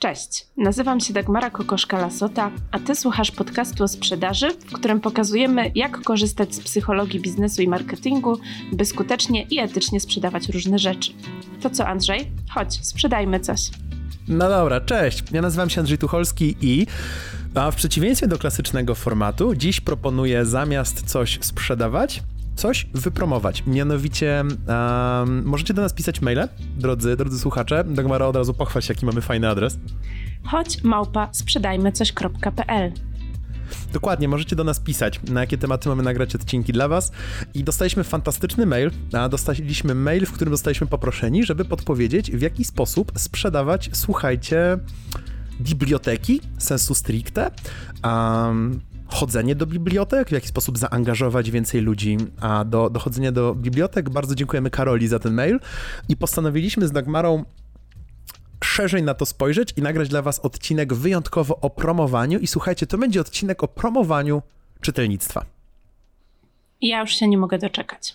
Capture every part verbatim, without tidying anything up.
Cześć, nazywam się Dagmara Kokoszka-Lasota, a ty słuchasz podcastu o sprzedaży, w którym pokazujemy, jak korzystać z psychologii biznesu i marketingu, by skutecznie i etycznie sprzedawać różne rzeczy. To co, Andrzej? Chodź, sprzedajmy coś. No dobra, cześć. Ja nazywam się Andrzej Tucholski i a w przeciwieństwie do klasycznego formatu, dziś proponuję zamiast coś sprzedawać, coś wypromować. Mianowicie um, możecie do nas pisać maile, drodzy, drodzy słuchacze. Dagmara, od razu pochwal się, jaki mamy fajny adres. Chodź małpa sprzedajmy coś kropka pe el. Dokładnie, możecie do nas pisać, na jakie tematy mamy nagrać odcinki dla was. I dostaliśmy fantastyczny mail, a dostaliśmy mail, w którym zostaliśmy poproszeni, żeby podpowiedzieć, w jaki sposób sprzedawać, słuchajcie, biblioteki, sensu stricte, um, chodzenie do bibliotek, w jaki sposób zaangażować więcej ludzi a do, do chodzenia do bibliotek. Bardzo dziękujemy Karoli za ten mail i postanowiliśmy z Dagmarą szerzej na to spojrzeć i nagrać dla was odcinek wyjątkowo o promowaniu i słuchajcie, to będzie odcinek o promowaniu czytelnictwa. Ja już się nie mogę doczekać.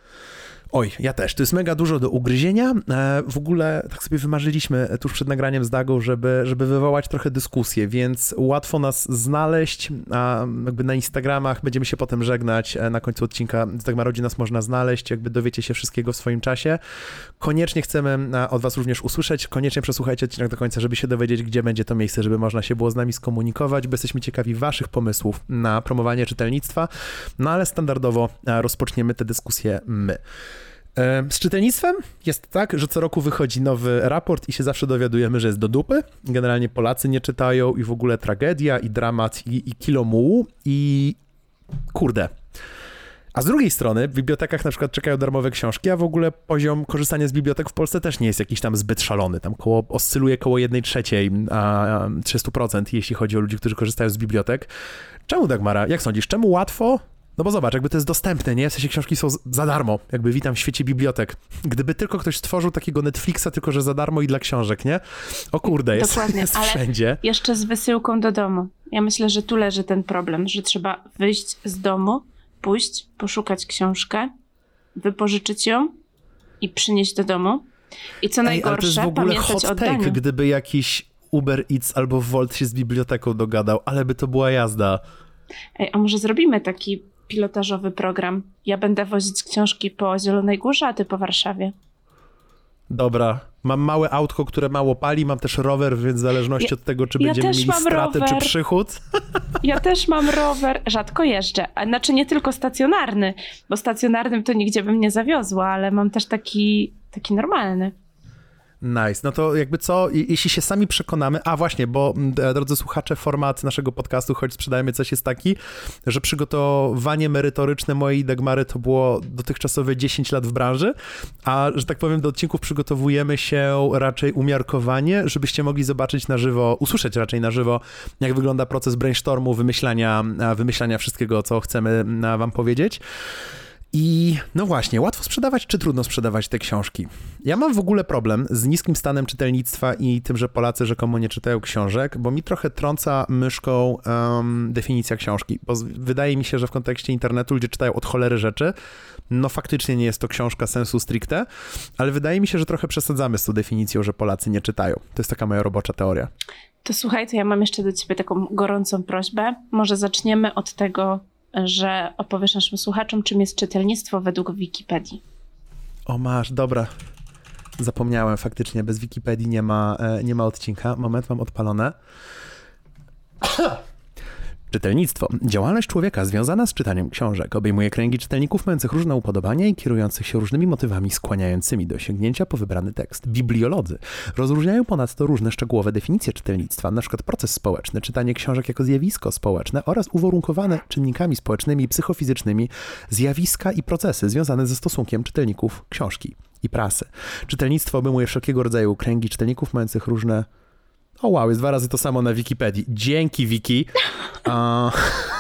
Oj, ja też. To jest mega dużo do ugryzienia. W ogóle tak sobie wymarzyliśmy tuż przed nagraniem z Dagą, żeby, żeby wywołać trochę dyskusję, więc łatwo nas znaleźć, a jakby na Instagramach będziemy się potem żegnać na końcu odcinka. Z Dagmarą nas można znaleźć, jakby dowiecie się wszystkiego w swoim czasie. Koniecznie chcemy od was również usłyszeć, koniecznie przesłuchajcie odcinek do końca, żeby się dowiedzieć, gdzie będzie to miejsce, żeby można się było z nami skomunikować, bo jesteśmy ciekawi waszych pomysłów na promowanie czytelnictwa, no ale standardowo rozpoczniemy tę dyskusję my. Z czytelnictwem jest tak, że co roku wychodzi nowy raport i się zawsze dowiadujemy, że jest do dupy. Generalnie Polacy nie czytają i w ogóle tragedia i dramat i, i kilo mułu i kurde. A z drugiej strony w bibliotekach na przykład czekają darmowe książki, a w ogóle poziom korzystania z bibliotek w Polsce też nie jest jakiś tam zbyt szalony. Tam koło, oscyluje koło jednej trzeciej, a trzysta procent, jeśli chodzi o ludzi, którzy korzystają z bibliotek. Czemu, Dagmara? Jak sądzisz, czemu łatwo? No bo zobacz, jakby to jest dostępne, nie? W sensie książki są za darmo, jakby witam w świecie bibliotek. Gdyby tylko ktoś stworzył takiego Netflixa, tylko że za darmo i dla książek, nie? O kurde, jest, Dokładnie, jest ale wszędzie. Jeszcze z wysyłką do domu. Ja myślę, że tu leży ten problem, że trzeba wyjść z domu, pójść, poszukać książkę, wypożyczyć ją i przynieść do domu. I co Ej, najgorsze, ale to jest w ogóle pamiętać hot o take, oddaniu. gdyby jakiś Uber Eats albo Wolt się z biblioteką dogadał, ale by to była jazda. Ej, a może zrobimy taki pilotażowy program? Ja będę wozić książki po Zielonej Górze, a ty po Warszawie. Dobra, mam małe autko, które mało pali, mam też rower, więc w zależności ja, od tego, czy ja będziemy mieli stratę, rower. czy przychód. Ja też mam rower, rzadko jeżdżę, a znaczy nie tylko stacjonarny, bo stacjonarnym to nigdzie bym nie zawiozła, ale mam też taki, taki normalny. Nice. No to jakby co, jeśli się sami przekonamy, a właśnie, bo drodzy słuchacze, format naszego podcastu, choć sprzedajemy coś, jest taki, że przygotowanie merytoryczne mojej Dagmary to było dotychczasowe dziesięć lat w branży, a że tak powiem do odcinków przygotowujemy się raczej umiarkowanie, żebyście mogli zobaczyć na żywo, usłyszeć raczej na żywo, jak wygląda proces brainstormu, wymyślania, wymyślania wszystkiego, co chcemy wam powiedzieć. I no właśnie, łatwo sprzedawać czy trudno sprzedawać te książki? Ja mam w ogóle problem z niskim stanem czytelnictwa i tym, że Polacy rzekomo nie czytają książek, bo mi trochę trąca myszką um, definicja książki, bo wydaje mi się, że w kontekście internetu ludzie czytają od cholery rzeczy. No faktycznie nie jest to książka sensu stricte, ale wydaje mi się, że trochę przesadzamy z tą definicją, że Polacy nie czytają. To jest taka moja robocza teoria. To słuchaj, to ja mam jeszcze do ciebie taką gorącą prośbę. Może zaczniemy od tego, że opowiesz naszym słuchaczom, czym jest czytelnictwo według Wikipedii. O masz, dobra. Zapomniałem faktycznie, bez Wikipedii nie ma, nie ma odcinka. Moment, mam odpalone. Czytelnictwo. Działalność człowieka związana z czytaniem książek obejmuje kręgi czytelników mających różne upodobania i kierujących się różnymi motywami skłaniającymi do sięgnięcia po wybrany tekst. Bibliolodzy rozróżniają ponadto różne szczegółowe definicje czytelnictwa, np. proces społeczny, czytanie książek jako zjawisko społeczne oraz uwarunkowane czynnikami społecznymi i psychofizycznymi zjawiska i procesy związane ze stosunkiem czytelników książki i prasy. Czytelnictwo obejmuje wszelkiego rodzaju kręgi czytelników mających różne... O wow, jest dwa razy to samo na Wikipedii. Dzięki, Wiki. Uh...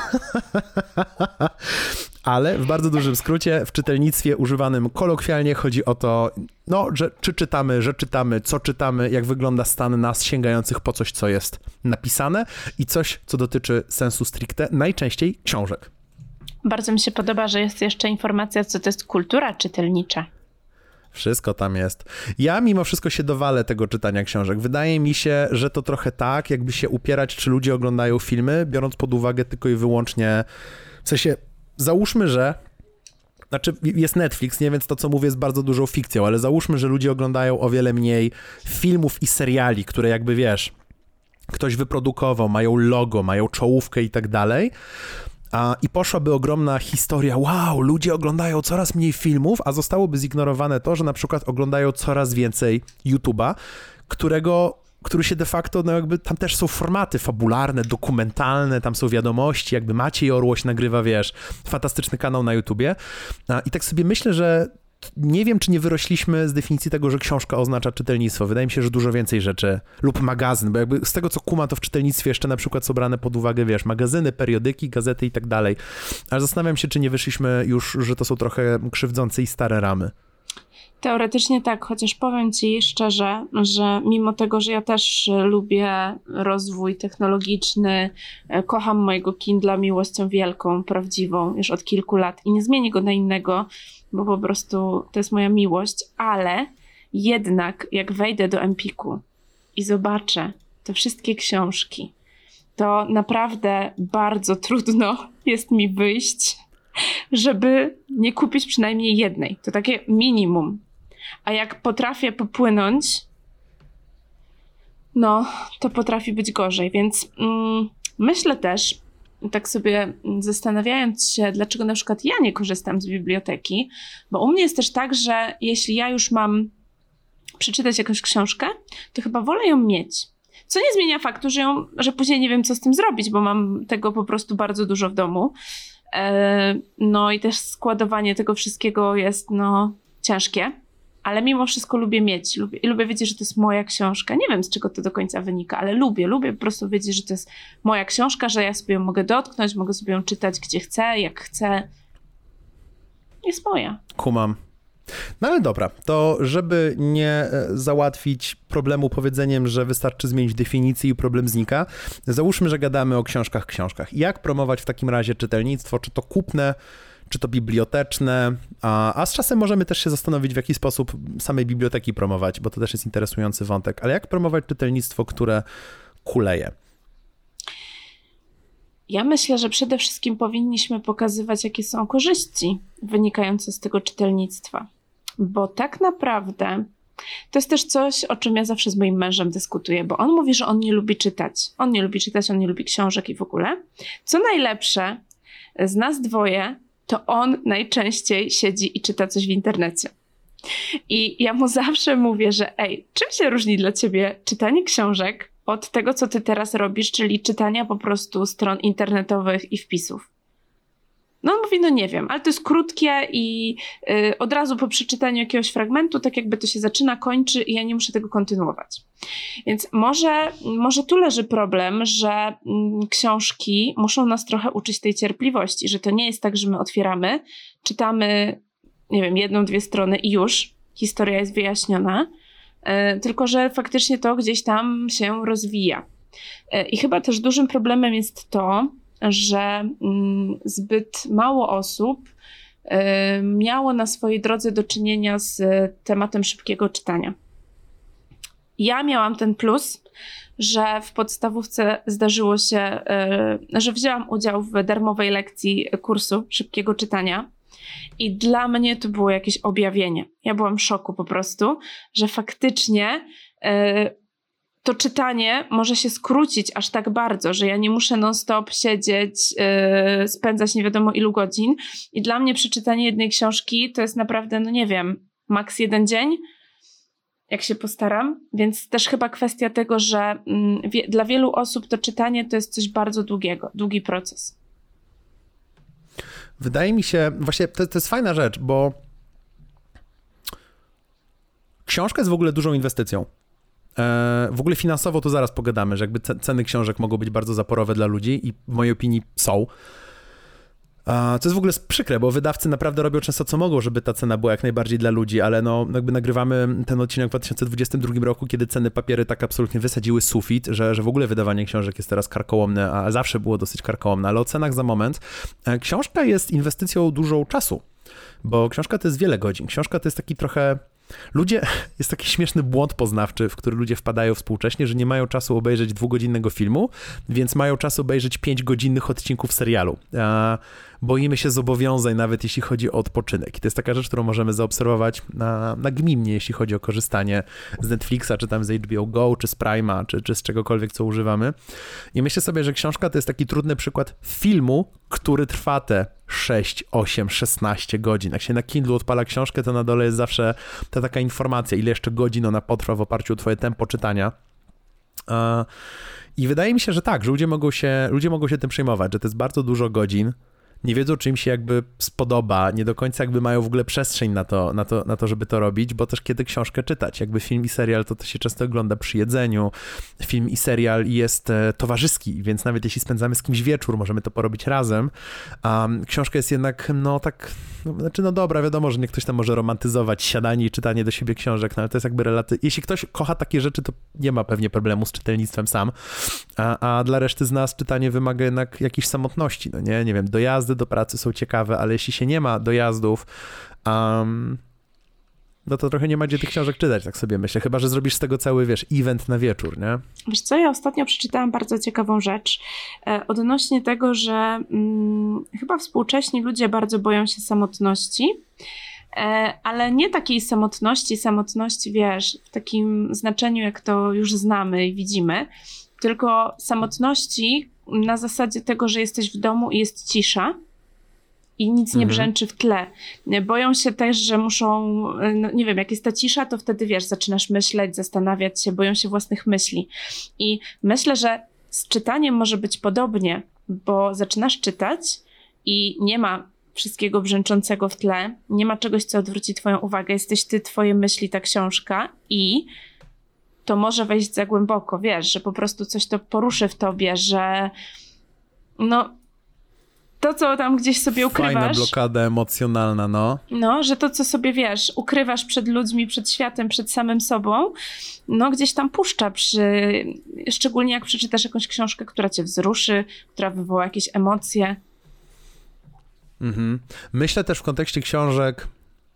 Ale w bardzo dużym skrócie w czytelnictwie używanym kolokwialnie chodzi o to, no, że czy czytamy, że czytamy, co czytamy, jak wygląda stan nas sięgających po coś, co jest napisane i coś, co dotyczy sensu stricte, najczęściej książek. Bardzo mi się podoba, że jest jeszcze informacja, co to jest kultura czytelnicza. Wszystko tam jest. Ja mimo wszystko się dowalę tego czytania książek. Wydaje mi się, że to trochę tak, jakby się upierać, czy ludzie oglądają filmy, biorąc pod uwagę tylko i wyłącznie, w sensie, załóżmy, że Znaczy, jest Netflix, nie, więc to, co mówię, jest bardzo dużą fikcją, ale załóżmy, że ludzie oglądają o wiele mniej filmów i seriali, które jakby, wiesz, ktoś wyprodukował, mają logo, mają czołówkę i tak dalej, a, i poszłaby ogromna historia, wow, ludzie oglądają coraz mniej filmów, a zostałoby zignorowane to, że na przykład oglądają coraz więcej YouTube'a, którego który się de facto, no jakby tam też są formaty fabularne, dokumentalne, tam są wiadomości, jakby Maciej Orłoś nagrywa, wiesz, fantastyczny kanał na YouTubie. I tak sobie myślę, że nie wiem, czy nie wyrośliśmy z definicji tego, że książka oznacza czytelnictwo. Wydaje mi się, że dużo więcej rzeczy, lub magazyn, bo jakby z tego, co kumam, to w czytelnictwie jeszcze na przykład są brane pod uwagę, wiesz, magazyny, periodyki, gazety i tak dalej. Ale zastanawiam się, czy nie wyszliśmy już, że to są trochę krzywdzące i stare ramy. Teoretycznie tak, chociaż powiem ci szczerze, że mimo tego, że ja też lubię rozwój technologiczny, kocham mojego Kindla miłością wielką, prawdziwą już od kilku lat i nie zmienię go na innego, bo po prostu to jest moja miłość, ale jednak jak wejdę do Empiku i zobaczę te wszystkie książki, to naprawdę bardzo trudno jest mi wyjść, żeby nie kupić przynajmniej jednej. To takie minimum. A jak potrafię popłynąć, no, to potrafi być gorzej. Więc mm, myślę też, tak sobie zastanawiając się, dlaczego na przykład ja nie korzystam z biblioteki, bo u mnie jest też tak, że jeśli ja już mam przeczytać jakąś książkę, to chyba wolę ją mieć. Co nie zmienia faktu, że, ją, że później nie wiem, co z tym zrobić, bo mam tego po prostu bardzo dużo w domu. No i też składowanie tego wszystkiego jest no ciężkie, ale mimo wszystko lubię mieć, lubię, i lubię wiedzieć, że to jest moja książka. Nie wiem, z czego to do końca wynika, ale lubię, lubię po prostu wiedzieć, że to jest moja książka, że ja sobie ją mogę dotknąć, mogę sobie ją czytać gdzie chcę, jak chcę. Jest moja. Kumam. No ale dobra, to żeby nie załatwić problemu powiedzeniem, że wystarczy zmienić definicję i problem znika, załóżmy, że gadamy o książkach, książkach. Jak promować w takim razie czytelnictwo, czy to kupne, czy to biblioteczne, a, a z czasem możemy też się zastanowić, w jaki sposób samej biblioteki promować, bo to też jest interesujący wątek, ale jak promować czytelnictwo, które kuleje? Ja myślę, że przede wszystkim powinniśmy pokazywać, jakie są korzyści wynikające z tego czytelnictwa, bo tak naprawdę to jest też coś, o czym ja zawsze z moim mężem dyskutuję, bo on mówi, że on nie lubi czytać. On nie lubi czytać, on nie lubi książek i w ogóle. Co najlepsze, z nas dwoje, to on najczęściej siedzi i czyta coś w internecie. I ja mu zawsze mówię, że ej, czym się różni dla ciebie czytanie książek od tego, co ty teraz robisz, czyli czytania po prostu stron internetowych i wpisów? No on mówi, no nie wiem, ale to jest krótkie i yy, od razu po przeczytaniu jakiegoś fragmentu, tak jakby to się zaczyna, kończy i ja nie muszę tego kontynuować. Więc może, może tu leży problem, że mm, książki muszą nas trochę uczyć tej cierpliwości, że to nie jest tak, że my otwieramy, czytamy, nie wiem, jedną, dwie strony i już historia jest wyjaśniona, yy, tylko że faktycznie to gdzieś tam się rozwija. Yy, I chyba też dużym problemem jest to, że zbyt mało osób miało na swojej drodze do czynienia z tematem szybkiego czytania. Ja miałam ten plus, że w podstawówce zdarzyło się, że wzięłam udział w darmowej lekcji kursu szybkiego czytania i dla mnie to było jakieś objawienie. Ja byłam w szoku po prostu, że faktycznie to czytanie może się skrócić aż tak bardzo, że ja nie muszę non-stop siedzieć, yy, spędzać nie wiadomo ilu godzin. I dla mnie przeczytanie jednej książki to jest naprawdę, no nie wiem, maks jeden dzień, jak się postaram. Więc też chyba kwestia tego, że yy, wie, dla wielu osób to czytanie to jest coś bardzo długiego, długi proces. Wydaje mi się, właśnie to, to jest fajna rzecz, bo książka jest w ogóle dużą inwestycją. W ogóle finansowo to zaraz pogadamy, że jakby ceny książek mogą być bardzo zaporowe dla ludzi i w mojej opinii są. Co jest w ogóle przykre, bo wydawcy naprawdę robią często co mogą, żeby ta cena była jak najbardziej dla ludzi, ale no jakby nagrywamy ten odcinek w dwa tysiące dwudziestym drugim roku, kiedy ceny papiery tak absolutnie wysadziły sufit, że, że w ogóle wydawanie książek jest teraz karkołomne, a zawsze było dosyć karkołomne, ale o cenach za moment. Książka jest inwestycją dużą czasu, bo książka to jest wiele godzin. Książka to jest taki trochę... ludzie, jest taki śmieszny błąd poznawczy, w który ludzie wpadają współcześnie, że nie mają czasu obejrzeć dwugodzinnego filmu, więc mają czas obejrzeć pięćgodzinnych odcinków serialu. A boimy się zobowiązań, nawet jeśli chodzi o odpoczynek. I to jest taka rzecz, którą możemy zaobserwować na, nagminnie, jeśli chodzi o korzystanie z Netflixa, czy tam z H B O Go, czy z Prime'a, czy, czy z czegokolwiek, co używamy. I myślę sobie, że książka to jest taki trudny przykład filmu, który trwa te sześć, osiem, szesnaście godzin. Jak się na Kindle odpala książkę, to na dole jest zawsze ta taka informacja, ile jeszcze godzin ona potrwa w oparciu o twoje tempo czytania. I wydaje mi się, że tak, że ludzie mogą się, ludzie mogą się tym przejmować, że to jest bardzo dużo godzin, nie wiedzą, czy im się jakby spodoba, nie do końca jakby mają w ogóle przestrzeń na to, na to, na to, żeby to robić, bo też kiedy książkę czytać. Jakby film i serial to, to się często ogląda przy jedzeniu. Film i serial jest e, towarzyski, więc nawet jeśli spędzamy z kimś wieczór, możemy to porobić razem. Um, książka jest jednak, no tak, no, znaczy no dobra, wiadomo, że nie ktoś tam może romantyzować siadanie i czytanie do siebie książek, no ale to jest jakby relaty... Jeśli ktoś kocha takie rzeczy, to nie ma pewnie problemu z czytelnictwem sam, a, a dla reszty z nas czytanie wymaga jednak jakiejś samotności, no nie, nie wiem, dojazdy do pracy są ciekawe, ale jeśli się nie ma dojazdów, um, no to trochę nie ma gdzie tych książek czytać, tak sobie myślę, chyba że zrobisz z tego cały, wiesz, event na wieczór, nie? Wiesz co, ja ostatnio przeczytałam bardzo ciekawą rzecz e, odnośnie tego, że mm, chyba współcześni ludzie bardzo boją się samotności, e, ale nie takiej samotności, samotności, wiesz, w takim znaczeniu, jak to już znamy i widzimy, tylko samotności na zasadzie tego, że jesteś w domu i jest cisza i nic nie mhm. brzęczy w tle. Boją się też, że muszą, no nie wiem, jak jest ta cisza, to wtedy wiesz, zaczynasz myśleć, zastanawiać się, boją się własnych myśli. I myślę, że z czytaniem może być podobnie, bo zaczynasz czytać i nie ma wszystkiego brzęczącego w tle, nie ma czegoś, co odwróci twoją uwagę, jesteś ty, twoje myśli, ta książka i to może wejść za głęboko, wiesz, że po prostu coś to poruszy w tobie, że no to, co tam gdzieś sobie ukrywasz... Fajna blokada emocjonalna, no. No, że to, co sobie, wiesz, ukrywasz przed ludźmi, przed światem, przed samym sobą, no gdzieś tam puszcza, przy... szczególnie jak przeczytasz jakąś książkę, która cię wzruszy, która wywoła jakieś emocje. Mhm. Myślę też w kontekście książek...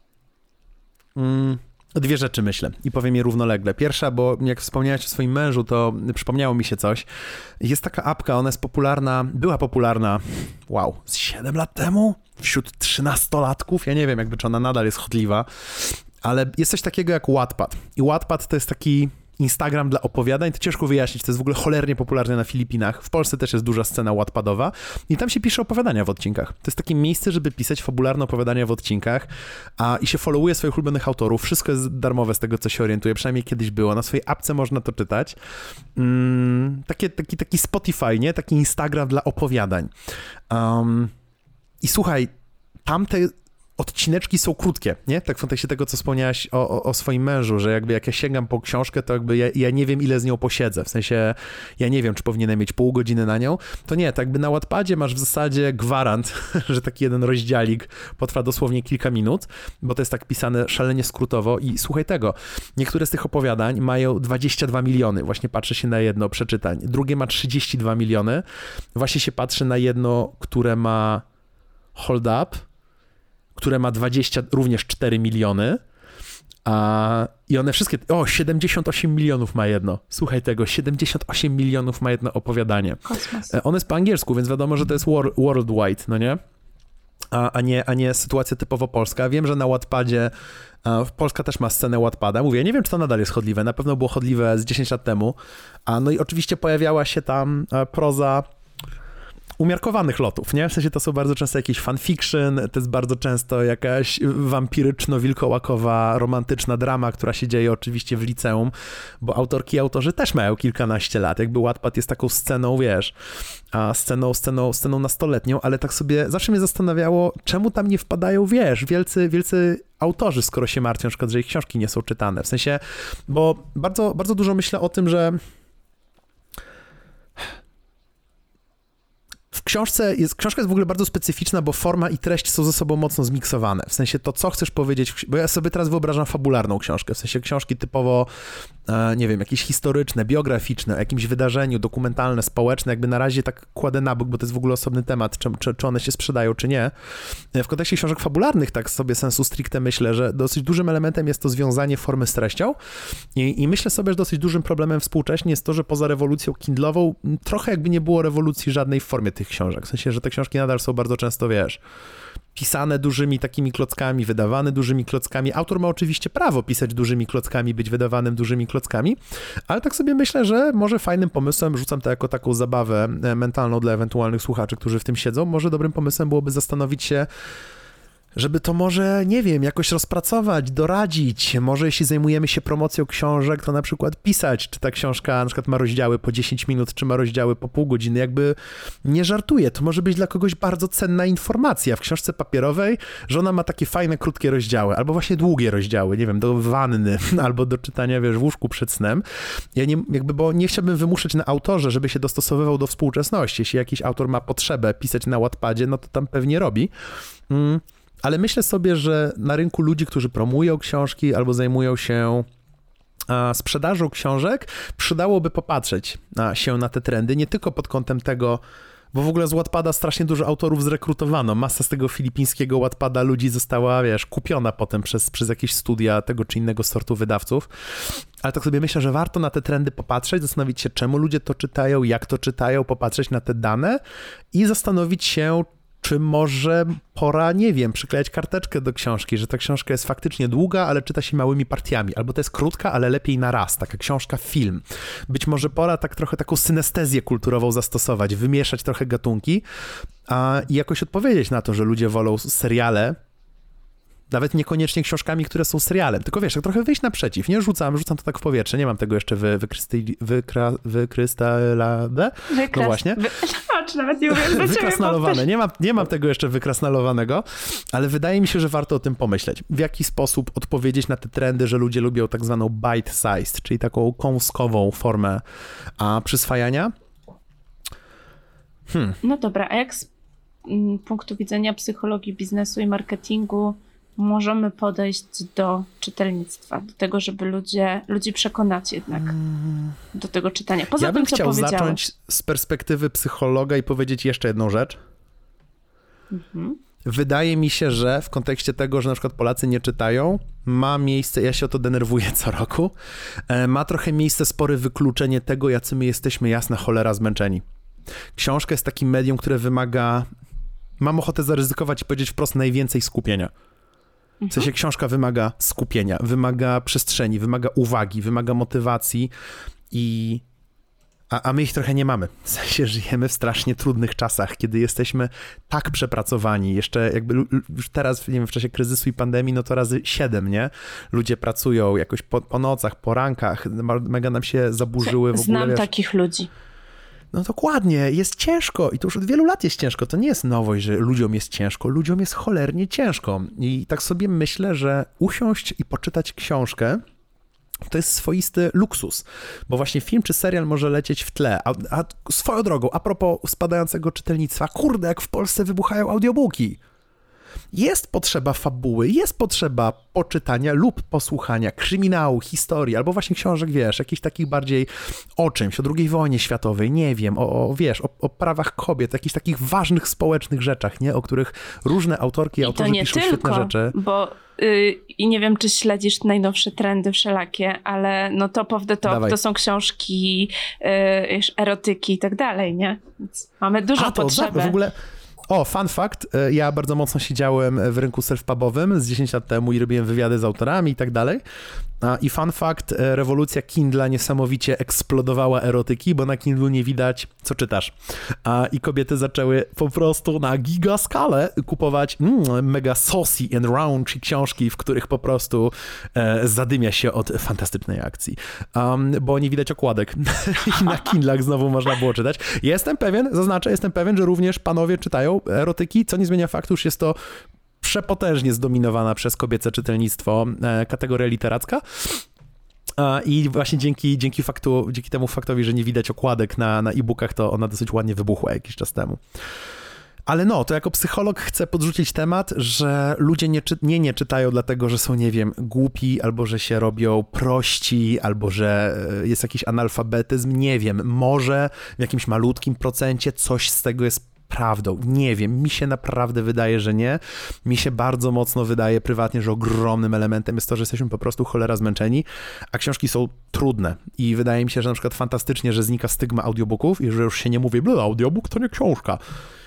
Mm. Dwie rzeczy myślę i powiem je równolegle. Pierwsza, bo jak wspomniałeś o swoim mężu, to przypomniało mi się coś. Jest taka apka, ona jest popularna, była popularna, wow, z siedem lat temu? Wśród trzynastolatków? Ja nie wiem, jakby czy ona nadal jest chodliwa, ale jest coś takiego jak Wattpad. I Wattpad to jest taki Instagram dla opowiadań, to ciężko wyjaśnić, to jest w ogóle cholernie popularne na Filipinach. W Polsce też jest duża scena wattpadowa i tam się pisze opowiadania w odcinkach. To jest takie miejsce, żeby pisać fabularne opowiadania w odcinkach a, i się followuje swoich ulubionych autorów. Wszystko jest darmowe z tego, co się orientuję, przynajmniej kiedyś było. Na swojej apce można to czytać. Mm, takie, taki, taki Spotify, nie? Taki Instagram dla opowiadań. Um, I słuchaj, tamte odcineczki są krótkie, nie? Tak w kontekście tego, co wspomniałaś o, o, o swoim mężu, że jakby jak ja sięgam po książkę, to jakby ja, ja nie wiem, ile z nią posiedzę. W sensie, ja nie wiem, czy powinienem mieć pół godziny na nią. To nie, tak jakby na Wattpadzie masz w zasadzie gwarant, że taki jeden rozdziałik potrwa dosłownie kilka minut, bo to jest tak pisane szalenie skrótowo i słuchaj tego, niektóre z tych opowiadań mają dwadzieścia dwa miliony, właśnie patrzę się na jedno przeczytań, drugie ma trzydzieści dwa miliony, właśnie się patrzy na jedno, które ma Hold Up, które ma dwadzieścia, również cztery miliony, a, i one wszystkie, o, siedemdziesiąt osiem milionów ma jedno. Słuchaj tego, siedemdziesiąt osiem milionów ma jedno opowiadanie. Kosmos. One jest po angielsku, więc wiadomo, że to jest wor, worldwide, no nie? A, a nie? a nie sytuacja typowo polska. Wiem, że na Wattpadzie, a, Polska też ma scenę Wattpada. Mówię, nie wiem, czy to nadal jest chodliwe. Na pewno było chodliwe z dziesięć lat temu. A, no i oczywiście pojawiała się tam a, proza umiarkowanych lotów, nie? W sensie to są bardzo często jakieś fanfiction, to jest bardzo często jakaś wampiryczno-wilkołakowa, romantyczna drama, która się dzieje oczywiście w liceum, bo autorki i autorzy też mają kilkanaście lat. Jakby Wattpad jest taką sceną, wiesz, a sceną, sceną, sceną nastoletnią, ale tak sobie zawsze mnie zastanawiało, czemu tam nie wpadają, wiesz, wielcy, wielcy autorzy, skoro się martwią, na przykład, że ich książki nie są czytane. W sensie, bo bardzo, bardzo dużo myślę o tym, że w książce jest, książka jest w ogóle bardzo specyficzna, bo forma i treść są ze sobą mocno zmiksowane. W sensie to, co chcesz powiedzieć, bo ja sobie teraz wyobrażam fabularną książkę, w sensie książki typowo, nie wiem, jakieś historyczne, biograficzne, o jakimś wydarzeniu, dokumentalne, społeczne, jakby na razie tak kładę na bok, bo to jest w ogóle osobny temat, czy, czy, czy one się sprzedają, czy nie. W kontekście książek fabularnych, tak sobie sensu stricte myślę, że dosyć dużym elementem jest to związanie formy z treścią i, i myślę sobie, że dosyć dużym problemem współcześnie jest to, że poza rewolucją kindlową trochę jakby nie było rewolucji żadnej w formie tych książek. W sensie, że te książki nadal są bardzo często, wiesz, pisane dużymi takimi klockami, wydawane dużymi klockami. Autor ma oczywiście prawo pisać dużymi klockami, być wydawanym dużymi klockami, ale tak sobie myślę, że może fajnym pomysłem, rzucam to jako taką zabawę mentalną dla ewentualnych słuchaczy, którzy w tym siedzą, może dobrym pomysłem byłoby zastanowić się, żeby to może, nie wiem, jakoś rozpracować, doradzić. Może jeśli zajmujemy się promocją książek, to na przykład pisać, czy ta książka na przykład ma rozdziały po dziesięć minut, czy ma rozdziały po pół godziny. Jakby nie żartuję, to może być dla kogoś bardzo cenna informacja w książce papierowej, że ona ma takie fajne, krótkie rozdziały, albo właśnie długie rozdziały, nie wiem, do wanny, albo do czytania, wiesz, w łóżku przed snem. Ja nie, jakby, bo nie chciałbym wymuszać na autorze, żeby się dostosowywał do współczesności. Jeśli jakiś autor ma potrzebę pisać na Wattpadzie, no to tam pewnie robi. Mm. Ale myślę sobie, że na rynku ludzi, którzy promują książki albo zajmują się a, sprzedażą książek, przydałoby popatrzeć a, się na te trendy, nie tylko pod kątem tego, bo w ogóle z Wattpada strasznie dużo autorów zrekrutowano. Masa z tego filipińskiego Wattpada ludzi została, wiesz, kupiona potem przez, przez jakieś studia tego czy innego sortu wydawców. Ale tak sobie myślę, że warto na te trendy popatrzeć, zastanowić się, czemu ludzie to czytają, jak to czytają, popatrzeć na te dane i zastanowić się, czy może pora, nie wiem, przyklejać karteczkę do książki, że ta książka jest faktycznie długa, ale czyta się małymi partiami, albo to jest krótka, ale lepiej na raz, taka książka, film. Być może pora tak trochę taką synestezję kulturową zastosować, wymieszać trochę gatunki a, i jakoś odpowiedzieć na to, że ludzie wolą seriale, nawet niekoniecznie książkami, które są serialem, tylko wiesz, tak trochę wyjść naprzeciw, nie rzucam, rzucam to tak w powietrze, nie mam tego jeszcze wy, wykrysty, wykra, wykrystalowane, no właśnie. Wy, no, czy nawet nie umiem wykrasnalowane, nie mam, nie mam tego jeszcze wykrasnalowanego, ale wydaje mi się, że warto o tym pomyśleć. W jaki sposób odpowiedzieć na te trendy, że ludzie lubią tak zwaną bite-sized, czyli taką kąskową formę a, przyswajania? Hmm. No dobra, a jak z m, punktu widzenia psychologii biznesu i marketingu możemy podejść do czytelnictwa, do tego, żeby ludzie, ludzi przekonać jednak hmm. do tego czytania. Poza ja bym tym, co chciał powiedziałeś. zacząć z perspektywy psychologa i powiedzieć jeszcze jedną rzecz. Mhm. Wydaje mi się, że w kontekście tego, że na przykład Polacy nie czytają, ma miejsce, ja się o to denerwuję co roku, ma trochę miejsce spore wykluczenie tego, jacy my jesteśmy, jasna cholera, zmęczeni. Książka jest takim medium, które wymaga, mam ochotę zaryzykować i powiedzieć wprost, najwięcej skupienia. W sensie książka wymaga skupienia, wymaga przestrzeni, wymaga uwagi, wymaga motywacji i... A, a my ich trochę nie mamy. W sensie żyjemy w strasznie trudnych czasach, kiedy jesteśmy tak przepracowani. Jeszcze jakby już teraz, nie wiem, w czasie kryzysu i pandemii, no to razy siedem, nie? Ludzie pracują jakoś po, po nocach, po rankach, mega nam się zaburzyły w ogóle. Znam wiesz, takich ludzi. No dokładnie, jest ciężko i to już od wielu lat jest ciężko. To nie jest nowość, że ludziom jest ciężko, ludziom jest cholernie ciężko. I tak sobie myślę, że usiąść i poczytać książkę to jest swoisty luksus, bo właśnie film czy serial może lecieć w tle. A, a swoją drogą, a propos spadającego czytelnictwa, kurde, jak w Polsce wybuchają audiobooki. Jest potrzeba fabuły, jest potrzeba poczytania lub posłuchania kryminału, historii, albo właśnie książek, wiesz, jakichś takich bardziej o czymś, o drugiej wojnie światowej, nie wiem, o, o wiesz, o, o prawach kobiet, jakichś takich ważnych społecznych rzeczach, nie, o których różne autorki i autorzy piszą tylko, świetne rzeczy. Bo yy, i nie wiem, czy śledzisz najnowsze trendy wszelakie, ale no top of the top Dawaj. To są książki, yy, erotyki i tak dalej, nie? Więc mamy dużo A, to potrzeby. W ogóle... O, fun fact, ja bardzo mocno siedziałem w rynku self-pubowym z dziesięć lat temu i robiłem wywiady z autorami i tak dalej. I fun fact, rewolucja Kindla niesamowicie eksplodowała erotyki, bo na Kindlu nie widać, co czytasz. I kobiety zaczęły po prostu na gigaskalę kupować mm, mega saucy and raunchy książki, w których po prostu e, zadymia się od fantastycznej akcji. Um, bo nie widać okładek. I na Kindlach znowu można było czytać. Jestem pewien, zaznaczę, jestem pewien, że również panowie czytają erotyki, co nie zmienia faktu, już jest to przepotężnie zdominowana przez kobiece czytelnictwo e, kategoria literacka. I właśnie dzięki, dzięki, faktu, dzięki temu faktowi, że nie widać okładek na, na e-bookach, to ona dosyć ładnie wybuchła jakiś czas temu. Ale no, to jako psycholog chcę podrzucić temat, że ludzie nie, czy, nie, nie czytają dlatego, że są, nie wiem, głupi, albo że się robią prości, albo że jest jakiś analfabetyzm, nie wiem, może w jakimś malutkim procencie coś z tego jest prawdą. Nie wiem, mi się naprawdę wydaje, że nie. Mi się bardzo mocno wydaje prywatnie, że ogromnym elementem jest to, że jesteśmy po prostu cholera zmęczeni, a książki są trudne i wydaje mi się, że na przykład fantastycznie, że znika stygma audiobooków i że już się nie mówi, byle audiobook to nie książka.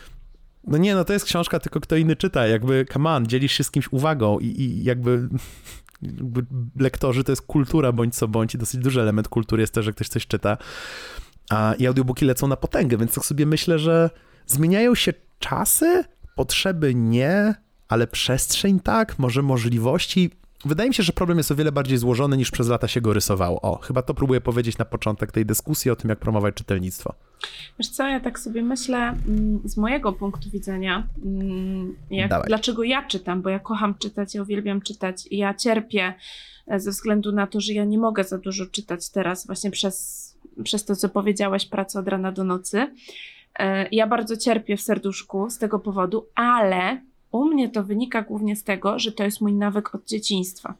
No nie, no to jest książka, tylko kto inny czyta, jakby come on, dzielisz się z kimś uwagą i, i jakby, jakby lektorzy to jest kultura bądź co bądź i dosyć duży element kultury jest to, że ktoś coś czyta, a i audiobooki lecą na potęgę, więc tak sobie myślę, że zmieniają się czasy, potrzeby nie, ale przestrzeń tak, może możliwości. Wydaje mi się, że problem jest o wiele bardziej złożony niż przez lata się go rysowało. O, chyba to próbuję powiedzieć na początek tej dyskusji o tym, jak promować czytelnictwo. Wiesz co, ja tak sobie myślę z mojego punktu widzenia, jak, dlaczego ja czytam, bo ja kocham czytać, ja uwielbiam czytać i ja cierpię ze względu na to, że ja nie mogę za dużo czytać teraz właśnie przez, przez to, co powiedziałaś, pracę od rana do nocy. Ja bardzo cierpię w serduszku z tego powodu, ale u mnie to wynika głównie z tego, że to jest mój nawyk od dzieciństwa.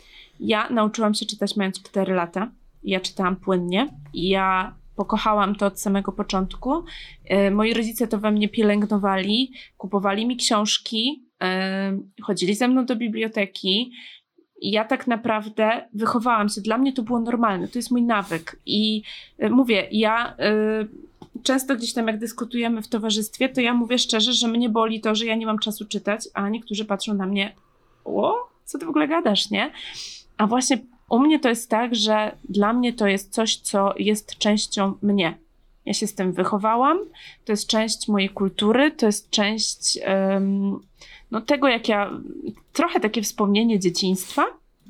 Ja nauczyłam się czytać mając cztery lata. Ja czytałam płynnie. Ja pokochałam to od samego początku. Moi rodzice to we mnie pielęgnowali, kupowali mi książki, chodzili ze mną do biblioteki. Ja tak naprawdę wychowałam się. Dla mnie to było normalne. To jest mój nawyk. I mówię, ja... Często gdzieś tam jak dyskutujemy w towarzystwie, to ja mówię szczerze, że mnie boli to, że ja nie mam czasu czytać, a niektórzy patrzą na mnie, o, co ty w ogóle gadasz, nie? A właśnie u mnie to jest tak, że dla mnie to jest coś, co jest częścią mnie. Ja się z tym wychowałam, to jest część mojej kultury, to jest część um, no tego, jak ja, trochę takie wspomnienie dzieciństwa.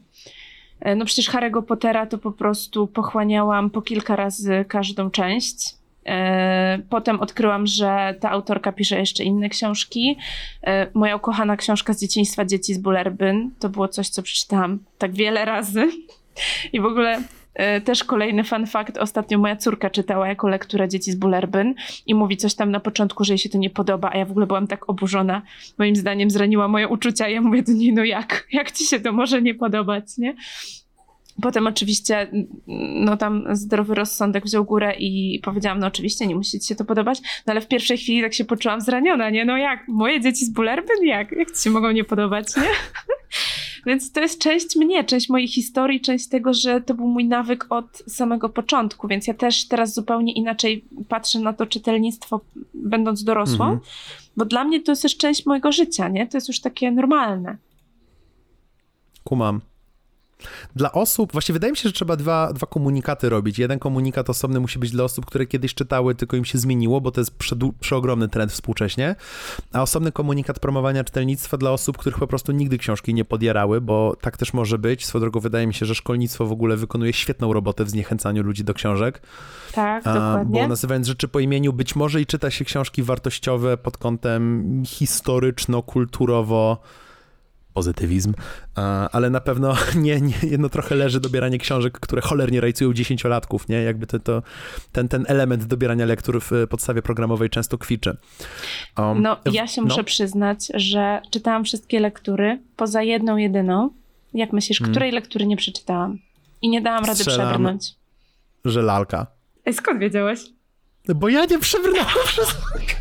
No przecież Harry'ego Pottera to po prostu pochłaniałam po kilka razy każdą część. Potem odkryłam, że ta autorka pisze jeszcze inne książki. Moja ukochana książka z dzieciństwa, Dzieci z Bullerbyn, to było coś, co przeczytałam tak wiele razy. I w ogóle też kolejny fun fact, ostatnio moja córka czytała jako lekturę Dzieci z Bullerbyn i mówi coś tam na początku, że jej się to nie podoba, a ja w ogóle byłam tak oburzona. Moim zdaniem zraniła moje uczucia. Ja mówię do niej, no jak? Jak ci się to może nie podobać, nie? Potem oczywiście, no tam zdrowy rozsądek wziął górę i powiedziałam, no oczywiście nie musi ci się to podobać, no ale w pierwszej chwili tak się poczułam zraniona, nie? No jak? Moje Dzieci z Bullerbyn? Jak? Jak ci się mogą nie podobać, nie? Więc to jest część mnie, część mojej historii, część tego, że to był mój nawyk od samego początku, więc ja też teraz zupełnie inaczej patrzę na to czytelnictwo, będąc dorosłą, mhm. bo dla mnie to jest też część mojego życia, nie? To jest już takie normalne. Kumam. Dla osób, właśnie wydaje mi się, że trzeba dwa, dwa komunikaty robić. Jeden komunikat osobny musi być dla osób, które kiedyś czytały, tylko im się zmieniło, bo to jest przedu- przeogromny trend współcześnie, a osobny komunikat promowania czytelnictwa dla osób, których po prostu nigdy książki nie podjarały, bo tak też może być. Swoją drogą wydaje mi się, że szkolnictwo w ogóle wykonuje świetną robotę w zniechęcaniu ludzi do książek. Tak, a, dokładnie. Bo nazywając rzeczy po imieniu, być może i czyta się książki wartościowe pod kątem historyczno-kulturowo, pozytywizm, ale na pewno nie, nie, jedno trochę leży dobieranie książek, które cholernie rajcują dziesięciolatków, nie? Jakby to, to, ten, ten element dobierania lektur w podstawie programowej często kwiczy. Um, no, ja się muszę no. przyznać, że czytałam wszystkie lektury, poza jedną jedyną. Jak myślisz, hmm. której lektury nie przeczytałam? I nie dałam rady Strzelam, przebrnąć. Że lalka. Ej, skąd wiedziałeś? Bo ja nie przebrnąłem przez...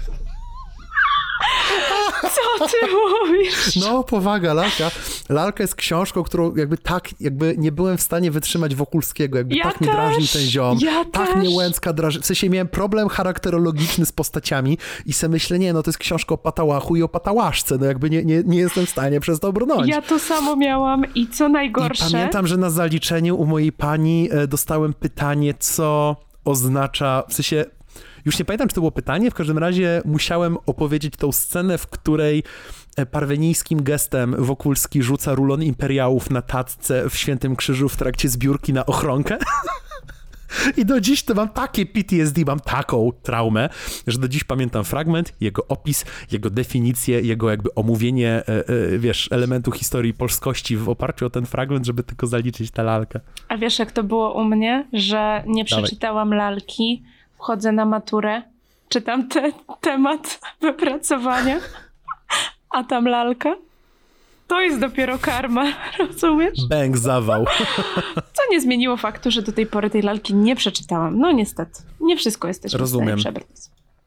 Co ty mówisz? No, powaga, Lalka. Lalka jest książką, którą jakby tak, jakby nie byłem w stanie wytrzymać Wokulskiego, jakby ja tak mnie drażnił ten ziom, ja tak też. mnie Łęcka draży. W sensie miałem problem charakterologiczny z postaciami i se myślę, nie, no to jest książka o patałachu i o patałaszce, no jakby nie, nie, nie jestem w stanie przez to brnąć. Ja to samo miałam i co najgorsze... I pamiętam, że na zaliczeniu u mojej pani dostałem pytanie, co oznacza, w sensie... Już nie pamiętam, czy to było pytanie, w każdym razie musiałem opowiedzieć tą scenę, w której parwenijskim gestem Wokulski rzuca rulon imperiałów na tacce w Świętym Krzyżu w trakcie zbiórki na ochronkę. I do dziś to mam takie P T S D, mam taką traumę, że do dziś pamiętam fragment, jego opis, jego definicję, jego jakby omówienie, e, e, wiesz, elementu historii polskości w oparciu o ten fragment, żeby tylko zaliczyć tę lalkę. A wiesz, jak to było u mnie, że nie przeczytałam Dawaj. lalki, wchodzę na maturę, czytam te, temat wypracowania, a tam lalka? To jest dopiero karma, rozumiesz? Bęk, zawał. Co nie zmieniło faktu, że do tej pory tej lalki nie przeczytałam. No niestety, nie wszystko jesteśmy Rozumiem. w stanie przebrnąć.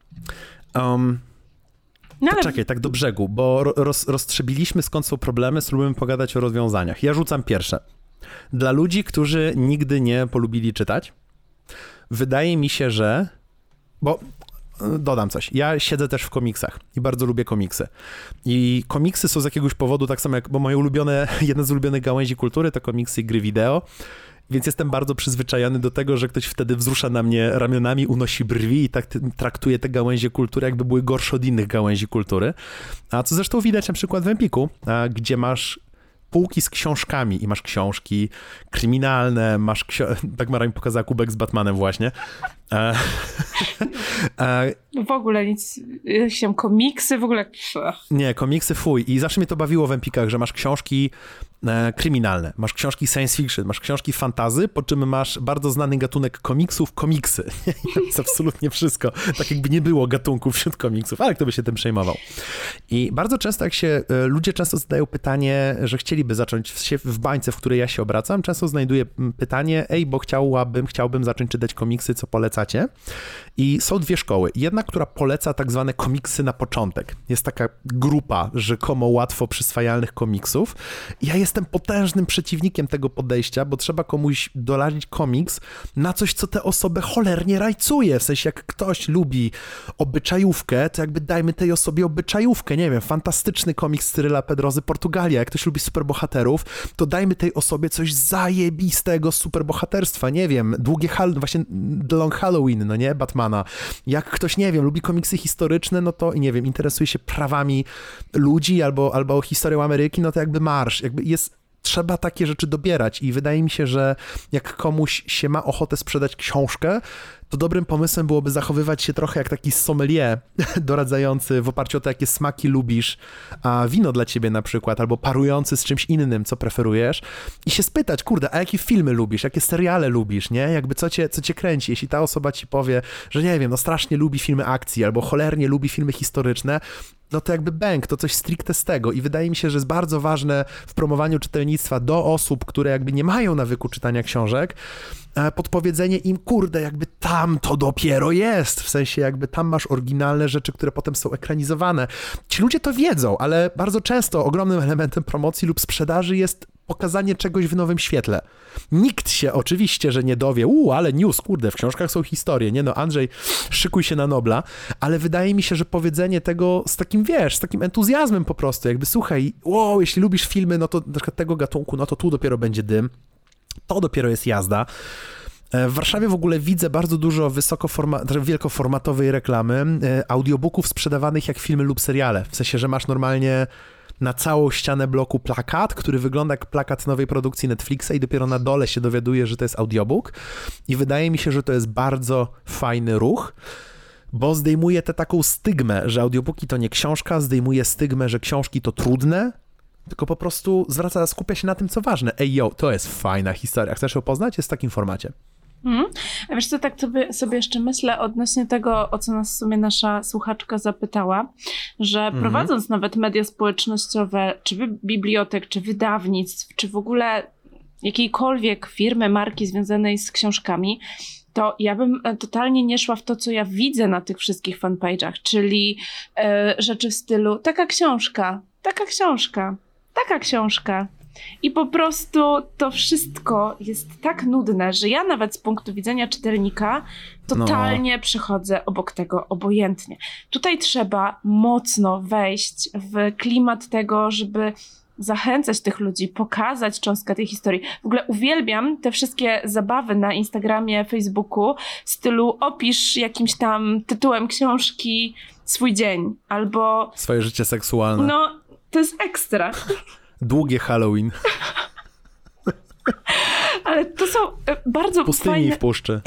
Um, no ale... Czekaj, tak do brzegu, bo roz, roztrzebiliśmy skąd są problemy, spróbujemy pogadać o rozwiązaniach. Ja rzucam pierwsze. Dla ludzi, którzy nigdy nie polubili czytać, wydaje mi się, że... Bo... Dodam coś. Ja siedzę też w komiksach i bardzo lubię komiksy. I komiksy są z jakiegoś powodu tak samo jak, bo moje ulubione, jedna z ulubionych gałęzi kultury to komiksy i gry wideo, więc jestem bardzo przyzwyczajony do tego, że ktoś wtedy wzrusza na mnie ramionami, unosi brwi i tak traktuje te gałęzie kultury, jakby były gorsze od innych gałęzi kultury. A co zresztą widać na przykład w Empiku, gdzie masz półki z książkami i masz książki kryminalne, masz ksio... tak Mara mi pokazała kubek z Batmanem właśnie. E... e... W ogóle nic, się komiksy, w ogóle... Nie, komiksy fuj. I zawsze mnie to bawiło w Empikach, że masz książki e, kryminalne, masz książki science fiction, masz książki fantasy, po czym masz bardzo znany gatunek komiksów, komiksy. To jest absolutnie wszystko. Tak jakby nie było gatunków wśród komiksów, ale kto by się tym przejmował. I bardzo często jak się, e, ludzie często zadają pytanie, że chcieliby zacząć w, w bańce, w której ja się obracam, często znajduję pytanie, ej, bo chciałabym, chciałbym zacząć czytać komiksy, co polecacie? I są dwie szkoły. Jedna, która poleca tak zwane komiksy na początek. Jest taka grupa rzekomo łatwo przyswajalnych komiksów. Ja jestem potężnym przeciwnikiem tego podejścia, bo trzeba komuś doladzić komiks na coś, co tę osobę cholernie rajcuje. W sensie, jak ktoś lubi obyczajówkę, to jakby dajmy tej osobie obyczajówkę. Nie wiem, fantastyczny komiks Cyryla Pedrozy, Portugalia. Jak ktoś lubi superbohaterów, to dajmy tej osobie coś zajebistego z superbohaterstwa. Nie wiem, długie Hall... właśnie The Long Halloween, no nie? Batmana. Jak ktoś, nie wiem, lubi komiksy historyczne, no to, nie wiem, interesuje się prawami ludzi albo, albo historią Ameryki, no to jakby marsz. Jakby jest, trzeba takie rzeczy dobierać i wydaje mi się, że jak komuś się ma ochotę sprzedać książkę, to dobrym pomysłem byłoby zachowywać się trochę jak taki sommelier doradzający w oparciu o to, jakie smaki lubisz, a wino dla ciebie na przykład, albo parujący z czymś innym, co preferujesz i się spytać, kurde, a jakie filmy lubisz, jakie seriale lubisz, nie? Jakby co cię, co cię kręci? Jeśli ta osoba ci powie, że nie wiem, no strasznie lubi filmy akcji, albo cholernie lubi filmy historyczne, no to jakby bęk, to coś stricte z tego i wydaje mi się, że jest bardzo ważne w promowaniu czytelnictwa do osób, które jakby nie mają nawyku czytania książek, podpowiedzenie im, kurde, jakby tam to dopiero jest, w sensie jakby tam masz oryginalne rzeczy, które potem są ekranizowane. Ci ludzie to wiedzą, ale bardzo często ogromnym elementem promocji lub sprzedaży jest pokazanie czegoś w nowym świetle. Nikt się oczywiście, że nie dowie, uuu, ale news, kurde, w książkach są historie, nie no, Andrzej, szykuj się na Nobla, ale wydaje mi się, że powiedzenie tego z takim, wiesz, z takim entuzjazmem po prostu, jakby słuchaj, wow, jeśli lubisz filmy, no to na przykład tego gatunku, no to tu dopiero będzie dym, to dopiero jest jazda. W Warszawie w ogóle widzę bardzo dużo wysokoforma- wielkoformatowej reklamy, audiobooków sprzedawanych jak filmy lub seriale, w sensie, że masz normalnie na całą ścianę bloku plakat, który wygląda jak plakat nowej produkcji Netflixa i dopiero na dole się dowiaduje, że to jest audiobook i wydaje mi się, że to jest bardzo fajny ruch, bo zdejmuje tę taką stygmę, że audiobooki to nie książka, zdejmuje stygmę, że książki to trudne, tylko po prostu zwraca, skupia się na tym, co ważne. Ej, yo, to jest fajna historia. Chcesz ją poznać? Jest w takim formacie. Mm. A wiesz co, tak sobie, sobie jeszcze myślę odnośnie tego, o co nas w sumie nasza słuchaczka zapytała, że mm. prowadząc nawet media społecznościowe, czy bibliotek, czy wydawnictw, czy w ogóle jakiejkolwiek firmy, marki związanej z książkami, to ja bym totalnie nie szła w to, co ja widzę na tych wszystkich fanpage'ach, czyli e, rzeczy w stylu taka książka, taka książka, taka książka. I po prostu to wszystko jest tak nudne, że ja nawet z punktu widzenia czytelnika totalnie no. przechodzę obok tego obojętnie. Tutaj trzeba mocno wejść w klimat tego, żeby zachęcać tych ludzi, pokazać cząstkę tej historii. W ogóle uwielbiam te wszystkie zabawy na Instagramie, Facebooku w stylu opisz jakimś tam tytułem książki swój dzień, albo... swoje życie seksualne. No, to jest ekstra. Długie Halloween. Ale to są bardzo Pustyni fajne... w puszczy.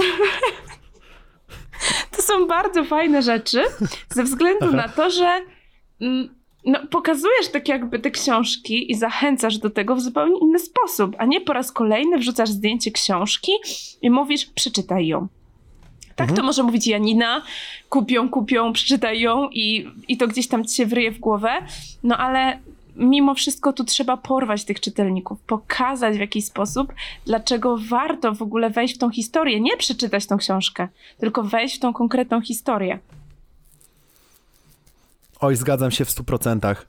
To są bardzo fajne rzeczy, ze względu Aha. na to, że no, pokazujesz tak jakby te książki i zachęcasz do tego w zupełnie inny sposób, a nie po raz kolejny wrzucasz zdjęcie książki i mówisz, przeczytaj ją. Tak mhm. to może mówić Janina, kup ją, kup ją, przeczytaj ją i, i to gdzieś tam ci się wryje w głowę, no ale mimo wszystko tu trzeba porwać tych czytelników, pokazać w jakiś sposób, dlaczego warto w ogóle wejść w tą historię, nie przeczytać tą książkę, tylko wejść w tą konkretną historię. Oj, zgadzam się w stu procentach.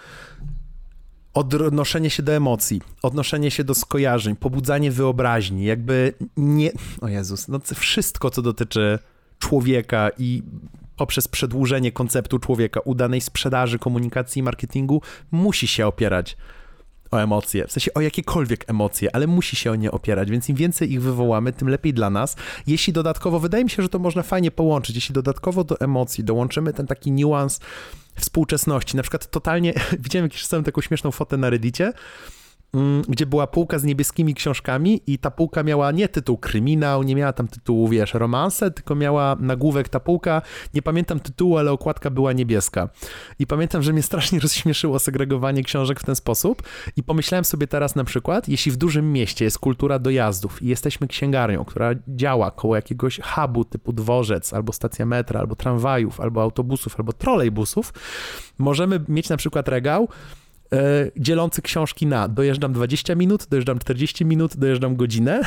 Odnoszenie się do emocji, odnoszenie się do skojarzeń, pobudzanie wyobraźni, jakby nie... O Jezus, no wszystko, co dotyczy człowieka i poprzez przedłużenie konceptu człowieka, udanej sprzedaży, komunikacji i marketingu musi się opierać o emocje, w sensie o jakiekolwiek emocje, ale musi się o nie opierać, więc im więcej ich wywołamy, tym lepiej dla nas. Jeśli dodatkowo, wydaje mi się, że to można fajnie połączyć, jeśli dodatkowo do emocji dołączymy ten taki niuans współczesności, na przykład totalnie, widziałem jakieś czasem taką śmieszną fotę na Reddicie, gdzie była półka z niebieskimi książkami i ta półka miała nie tytuł kryminał, nie miała tam tytułu, wiesz, romanse, tylko miała nagłówek ta półka, nie pamiętam tytułu, ale okładka była niebieska. I pamiętam, że mnie strasznie rozśmieszyło segregowanie książek w ten sposób i pomyślałem sobie teraz na przykład, jeśli w dużym mieście jest kultura dojazdów i jesteśmy księgarnią, która działa koło jakiegoś hubu typu dworzec, albo stacja metra, albo tramwajów, albo autobusów, albo trolejbusów, możemy mieć na przykład regał dzielący książki na dojeżdżam dwadzieścia minut, dojeżdżam czterdzieści minut, dojeżdżam godzinę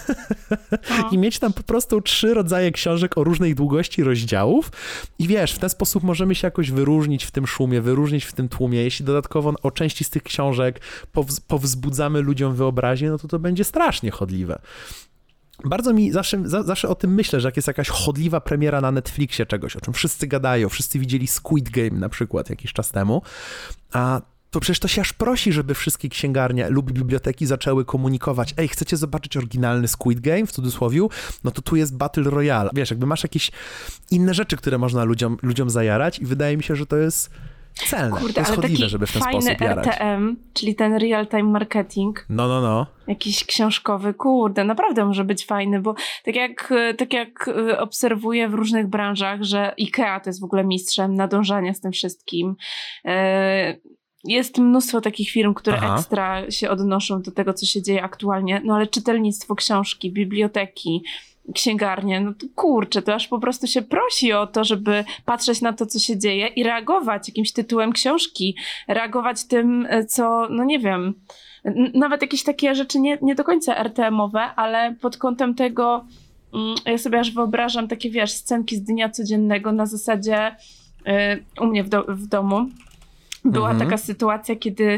i mieć tam po prostu trzy rodzaje książek o różnej długości rozdziałów i wiesz, w ten sposób możemy się jakoś wyróżnić w tym szumie, wyróżnić w tym tłumie. Jeśli dodatkowo o części z tych książek powz- powzbudzamy ludziom wyobraźnię, no to to będzie strasznie chodliwe. Bardzo mi zawsze, za, zawsze o tym myślę, że jak jest jakaś chodliwa premiera na Netflixie czegoś, o czym wszyscy gadają, wszyscy widzieli Squid Game na przykład jakiś czas temu, a to przecież to się aż prosi, żeby wszystkie księgarnie lub biblioteki zaczęły komunikować, ej, chcecie zobaczyć oryginalny Squid Game, w cudzysłowiu, no to tu jest Battle Royale. Wiesz, jakby masz jakieś inne rzeczy, które można ludziom, ludziom zajarać i wydaje mi się, że to jest celne, Kurde, to jest ale chodliwe, taki żeby w ten fajny sposób jarać. R T M, czyli ten real time marketing. No, no, no. Jakiś książkowy, kurde, naprawdę może być fajny, bo tak jak, tak jak obserwuję w różnych branżach, że IKEA to jest w ogóle mistrzem nadążania z tym wszystkim. Yy, Jest mnóstwo takich firm, które Aha. ekstra się odnoszą do tego, co się dzieje aktualnie, no ale czytelnictwo, książki, biblioteki, księgarnie, no to kurczę, to aż po prostu się prosi o to, żeby patrzeć na to, co się dzieje i reagować jakimś tytułem książki, reagować tym, co, no nie wiem, n- nawet jakieś takie rzeczy nie, nie do końca R T M-owe, ale pod kątem tego, mm, ja sobie aż wyobrażam takie, wiesz, scenki z dnia codziennego na zasadzie y, u mnie w, do- w domu. Była mhm. taka sytuacja, kiedy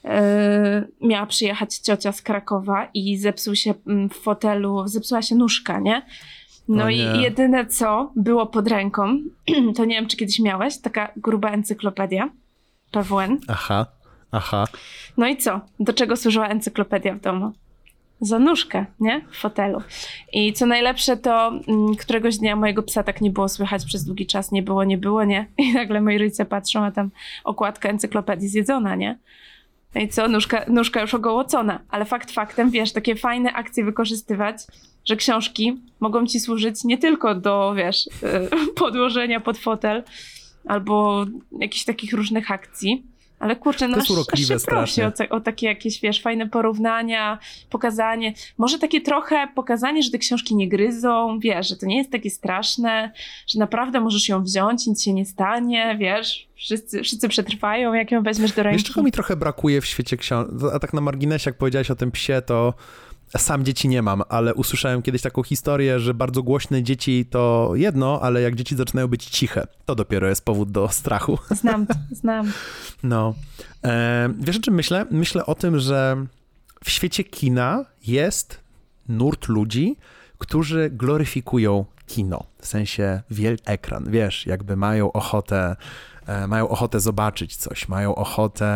e, miała przyjechać ciocia z Krakowa i zepsuł się w fotelu, zepsuła się nóżka, nie? No i jedyne co było pod ręką, to nie wiem, czy kiedyś miałeś, taka gruba encyklopedia P W N. Aha, aha. No i co? Do czego służyła encyklopedia w domu? Za nóżkę, nie? W fotelu. I co najlepsze to m, któregoś dnia mojego psa tak nie było słychać przez długi czas, nie było, nie było, nie? I nagle moi rodzice patrzą, a tam okładka encyklopedii zjedzona, nie? No i co? Nóżka, nóżka już ogołocona. Ale fakt faktem, wiesz, takie fajne akcje wykorzystywać, że książki mogą ci służyć nie tylko do, wiesz, yy, podłożenia pod fotel albo jakichś takich różnych akcji, ale kurczę, no aż, aż się prosi o, o takie jakieś, wiesz, fajne porównania, pokazanie, może takie trochę pokazanie, że te książki nie gryzą, wiesz, że to nie jest takie straszne, że naprawdę możesz ją wziąć, nic się nie stanie, wiesz, wszyscy, wszyscy przetrwają, jak ją weźmiesz do ręki. Wiesz, czego mi trochę brakuje w świecie książek, a tak na marginesie, jak powiedziałeś o tym psie, to sam dzieci nie mam, ale usłyszałem kiedyś taką historię, że bardzo głośne dzieci to jedno, ale jak dzieci zaczynają być ciche, to dopiero jest powód do strachu. Znam, znam. No. E, wiesz, o czym myślę? Myślę o tym, że w świecie kina jest nurt ludzi, którzy gloryfikują kino, w sensie wielki ekran, wiesz, jakby mają ochotę mają ochotę zobaczyć coś, mają ochotę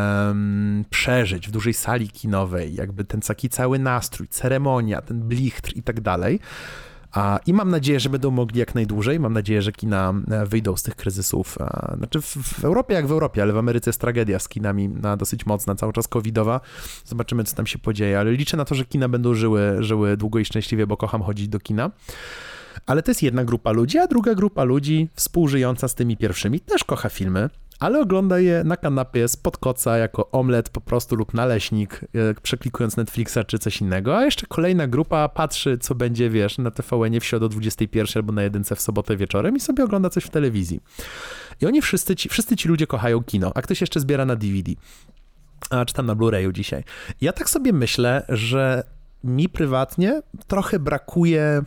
um, przeżyć w dużej sali kinowej, jakby ten taki cały nastrój, ceremonia, ten blichtr i tak dalej. A, I mam nadzieję, że będą mogli jak najdłużej. Mam nadzieję, że kina wyjdą z tych kryzysów. A, znaczy w, w Europie jak w Europie, ale w Ameryce jest tragedia z kinami na dosyć mocna, cały czas covidowa. Zobaczymy, co tam się podzieje, ale liczę na to, że kina będą żyły, żyły długo i szczęśliwie, bo kocham chodzić do kina. Ale to jest jedna grupa ludzi, a druga grupa ludzi współżyjąca z tymi pierwszymi też kocha filmy, ale ogląda je na kanapie spod koca jako omlet po prostu lub naleśnik, przeklikując Netflixa czy coś innego, a jeszcze kolejna grupa patrzy, co będzie, wiesz, na T V N-ie w środę o dwudziestej pierwszej albo na jedynce w sobotę wieczorem i sobie ogląda coś w telewizji. I oni wszyscy ci, wszyscy ci ludzie kochają kino, a ktoś jeszcze zbiera na D V D, a czy tam na Blu-rayu dzisiaj. Ja tak sobie myślę, że mi prywatnie trochę brakuje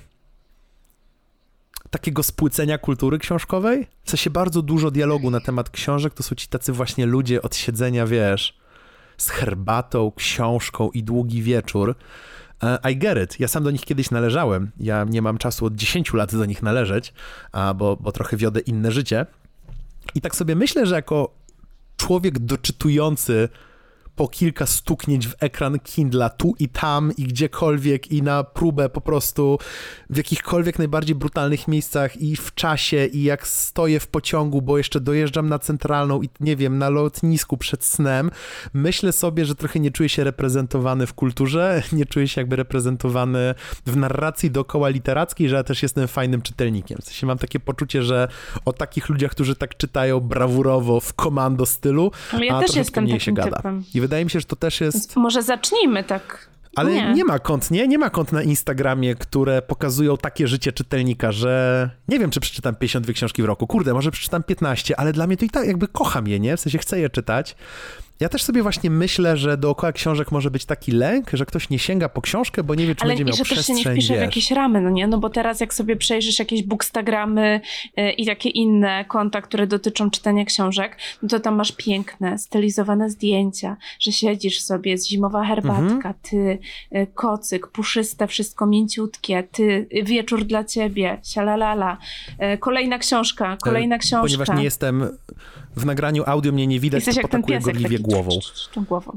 takiego spłycenia kultury książkowej. W sensie bardzo dużo dialogu na temat książek, to są ci tacy właśnie ludzie od siedzenia, wiesz, z herbatą, książką i długi wieczór. I get it. Ja sam do nich kiedyś należałem. Ja nie mam czasu od dziesięciu lat do nich należeć, bo, bo trochę wiodę inne życie. I tak sobie myślę, że jako człowiek doczytujący po kilka stuknięć w ekran Kindla tu i tam i gdziekolwiek i na próbę po prostu w jakichkolwiek najbardziej brutalnych miejscach i w czasie i jak stoję w pociągu, bo jeszcze dojeżdżam na centralną i nie wiem, na lotnisku przed snem, myślę sobie, że trochę nie czuję się reprezentowany w kulturze, nie czuję się jakby reprezentowany w narracji dookoła literackiej, że ja też jestem fajnym czytelnikiem. W sensie mam takie poczucie, że o takich ludziach, którzy tak czytają brawurowo w komando stylu, ale ja a też jestem mniej takim się gada. typem. I wydaje mi się, że to też jest... Więc może zacznijmy tak. Ale nie. nie ma kont, nie? Nie ma kont na Instagramie, które pokazują takie życie czytelnika, że nie wiem, czy przeczytam pięćdziesiąt dwie książki w roku. Kurde, może przeczytam piętnaście, ale dla mnie to i tak jakby kocham je, nie? W sensie chcę je czytać. Ja też sobie właśnie myślę, że dookoła książek może być taki lęk, że ktoś nie sięga po książkę, bo nie wie, czy ale będzie miał przestrzeń, ale i że też się nie wpisze wiesz. w jakieś ramy, no nie? No bo teraz jak sobie przejrzysz jakieś bookstagramy yy, i takie inne konta, które dotyczą czytania książek, no to tam masz piękne, stylizowane zdjęcia, że siedzisz sobie, jest zimowa herbatka, mhm. ty, yy, kocyk, puszyste, wszystko mięciutkie, ty, yy, wieczór dla ciebie, sialalala, yy, kolejna książka, kolejna książka. Ponieważ nie jestem... W nagraniu audio mnie nie widać, jesteś to potakuję gorliwie taki, głową. Tą głową.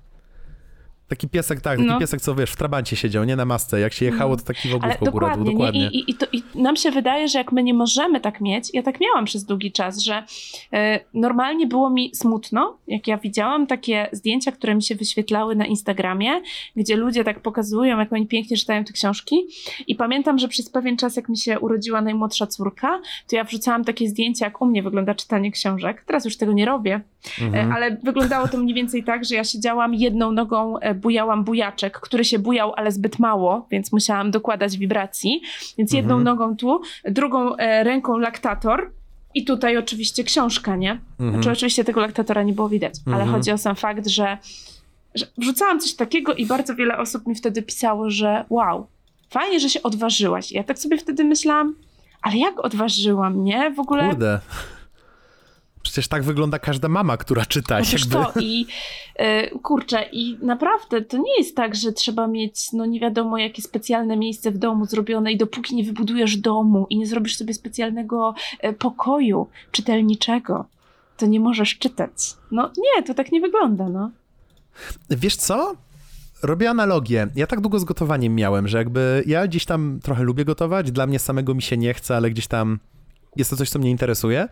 Taki piesek, tak, taki no. piesek, co wiesz, w trabancie siedział, nie na masce. Jak się jechało, to taki wogórką Ale góra, dokładnie, dokładnie. I, i, i, to, I nam się wydaje, że jak my nie możemy tak mieć, ja tak miałam przez długi czas, że y, normalnie było mi smutno, jak ja widziałam takie zdjęcia, które mi się wyświetlały na Instagramie, gdzie ludzie tak pokazują, jak oni pięknie czytają te książki. I pamiętam, że przez pewien czas, jak mi się urodziła najmłodsza córka, to ja wrzucałam takie zdjęcia, jak u mnie wygląda czytanie książek. Teraz już tego nie robię, mhm. y, ale wyglądało to mniej więcej tak, że ja siedziałam jedną nogą, y, bujałam bujaczek, który się bujał, ale zbyt mało, więc musiałam dokładać wibracji. Więc jedną mhm. nogą tu, drugą e, ręką laktator i tutaj oczywiście książka, nie? Mhm. Znaczy oczywiście tego laktatora nie było widać, mhm. ale chodzi o sam fakt, że, że wrzucałam coś takiego i bardzo wiele osób mi wtedy pisało, że wow, fajnie, że się odważyłaś. I ja tak sobie wtedy myślałam, ale jak odważyłam, nie? W ogóle... Kurde. Przecież tak wygląda każda mama, która czyta. Otóż jakby. to i y, kurczę, i naprawdę to nie jest tak, że trzeba mieć no nie wiadomo jakie specjalne miejsce w domu zrobione i dopóki nie wybudujesz domu i nie zrobisz sobie specjalnego y, pokoju czytelniczego, to nie możesz czytać. No nie, to tak nie wygląda, no. Wiesz co? Robię analogię. Ja tak długo z gotowaniem miałem, że jakby ja gdzieś tam trochę lubię gotować, dla mnie samego mi się nie chce, ale gdzieś tam jest to coś, co mnie interesuje.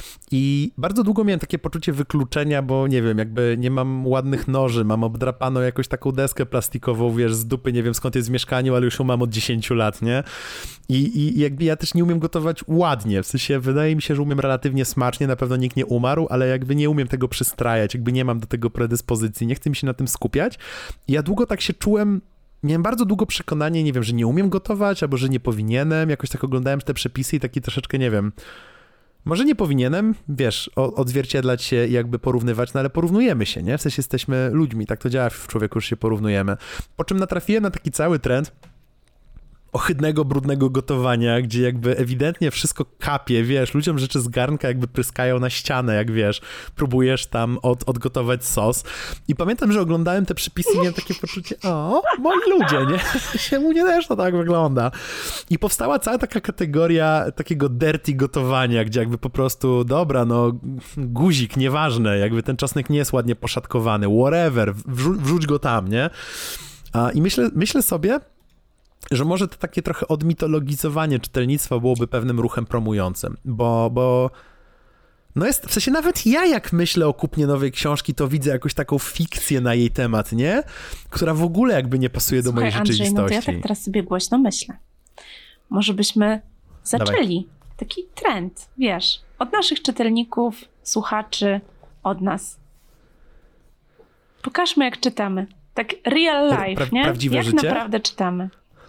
I bardzo długo miałem takie poczucie wykluczenia, bo nie wiem, jakby nie mam ładnych noży, mam obdrapaną jakąś taką deskę plastikową, wiesz, z dupy, nie wiem skąd jest w mieszkaniu, ale już ją mam od dziesięciu lat, nie? I, i jakby ja też nie umiem gotować ładnie, w sensie wydaje mi się, że umiem relatywnie smacznie, na pewno nikt nie umarł, ale jakby nie umiem tego przystrajać, jakby nie mam do tego predyspozycji, nie chcę mi się na tym skupiać. I ja długo tak się czułem, miałem bardzo długo przekonanie, nie wiem, że nie umiem gotować, albo że nie powinienem, jakoś tak oglądałem te przepisy i taki troszeczkę, nie wiem, może nie powinienem, wiesz, odzwierciedlać się i jakby porównywać, no ale porównujemy się, nie? W sensie jesteśmy ludźmi, tak to działa w człowieku, że się porównujemy. Po czym natrafiłem na taki cały trend ohydnego, brudnego gotowania, gdzie jakby ewidentnie wszystko kapie, wiesz, ludziom rzeczy z garnka jakby pryskają na ścianę, jak wiesz, próbujesz tam od, odgotować sos. I pamiętam, że oglądałem te przepisy i miałem takie poczucie, o, moi ludzie, nie? U mnie też to tak wygląda. I powstała cała taka kategoria takiego dirty gotowania, gdzie jakby po prostu, dobra, no, guzik, nieważne, jakby ten czosnek nie jest ładnie poszatkowany, whatever, wrzu- wrzuć go tam, nie? A, I myślę, myślę sobie, że może to takie trochę odmitologizowanie czytelnictwa byłoby pewnym ruchem promującym, bo, bo no jest, w sensie nawet ja jak myślę o kupnie nowej książki, to widzę jakąś taką fikcję na jej temat, nie? Która w ogóle jakby nie pasuje Słuchaj, do mojej Andrzej, rzeczywistości. no to ja tak teraz sobie głośno myślę. Może byśmy zaczęli Dawaj. taki trend, wiesz, od naszych czytelników, słuchaczy, od nas. Pokażmy, jak czytamy. Tak real life, pra- nie? Prawdziwe jak życie? naprawdę czytamy.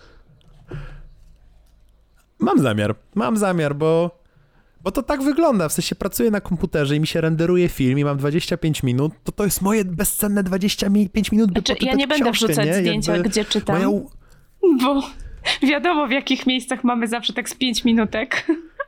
Mam zamiar, mam zamiar, bo, bo to tak wygląda. W sensie pracuję na komputerze i mi się renderuje film i mam dwadzieścia pięć minut, to to jest moje bezcenne dwadzieścia pięć minut, by znaczy, poczytać ja nie będę książkę, wrzucać nie? zdjęcia, Jakby gdzie czytam, moja... bo wiadomo, w jakich miejscach mamy zawsze tak z pięć minutek.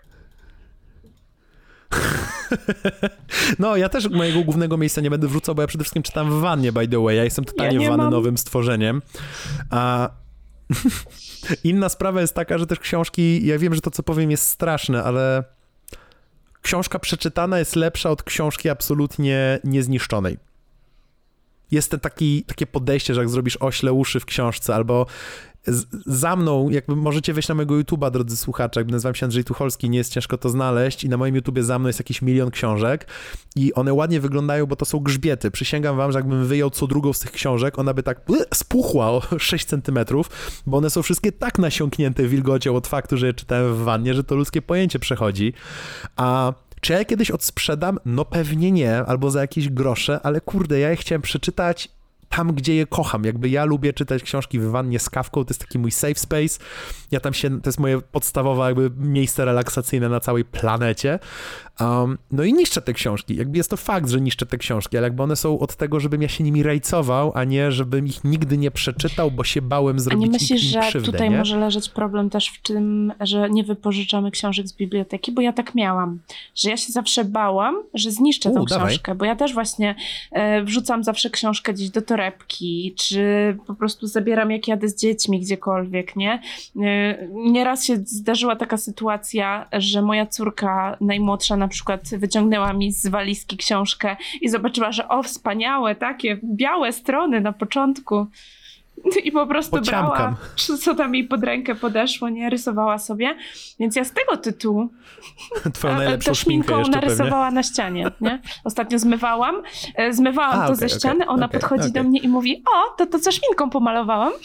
No, ja też mojego głównego miejsca nie będę wrzucał, bo ja przede wszystkim czytam w wannie, by the way. Ja jestem totalnie ja wannowym stworzeniem. A inna sprawa jest taka, że też książki, ja wiem, że to, co powiem, jest straszne, ale książka przeczytana jest lepsza od książki absolutnie niezniszczonej. Jest ten taki, takie podejście, że jak zrobisz ośle uszy w książce, albo z, za mną, jakby możecie wejść na mojego YouTube'a, drodzy słuchacze, jakby nazywam się Andrzej Tucholski, nie jest ciężko to znaleźć i na moim YouTubie za mną jest jakiś milion książek i one ładnie wyglądają, bo to są grzbiety. Przysięgam wam, że jakbym wyjął co drugą z tych książek, ona by tak spuchła o sześć centymetrów, bo one są wszystkie tak nasiąknięte wilgocią od faktu, że je czytałem w wannie, że to ludzkie pojęcie przechodzi. A czy ja je kiedyś odsprzedam? No pewnie nie, albo za jakieś grosze, ale kurde, ja je chciałem przeczytać tam, gdzie je kocham. Jakby ja lubię czytać książki w wannie z kawką, to jest taki mój safe space. Ja tam się, to jest moje podstawowe jakby miejsce relaksacyjne na całej planecie. Um, no i niszczę te książki. Jakby jest to fakt, że niszczę te książki, ale jakby one są od tego, żebym ja się nimi rajcował, a nie żebym ich nigdy nie przeczytał, bo się bałem zrobić im krzywdę. A nie myślisz, że krzywdę, tutaj nie? może leżeć problem też w tym, że nie wypożyczamy książek z biblioteki? Bo ja tak miałam, że ja się zawsze bałam, że zniszczę U, tą dawaj. książkę, bo ja też właśnie e, wrzucam zawsze książkę gdzieś do torebki, czy po prostu zabieram, jak jadę z dziećmi gdziekolwiek, nie? E, nieraz się zdarzyła taka sytuacja, że moja córka najmłodsza na przykład wyciągnęła mi z walizki książkę i zobaczyła, że o, wspaniałe, takie białe strony na początku. I po prostu Pociamkam. brała, co tam jej pod rękę podeszło, nie? Rysowała sobie. Więc ja z tego tytułu Twoją najlepszą szminką narysowała pewnie. na ścianie, nie? Ostatnio zmywałam, zmywałam A, to okay, ze ściany, okay, ona okay, podchodzi okay. do mnie i mówi, o, to to co szminką pomalowałam.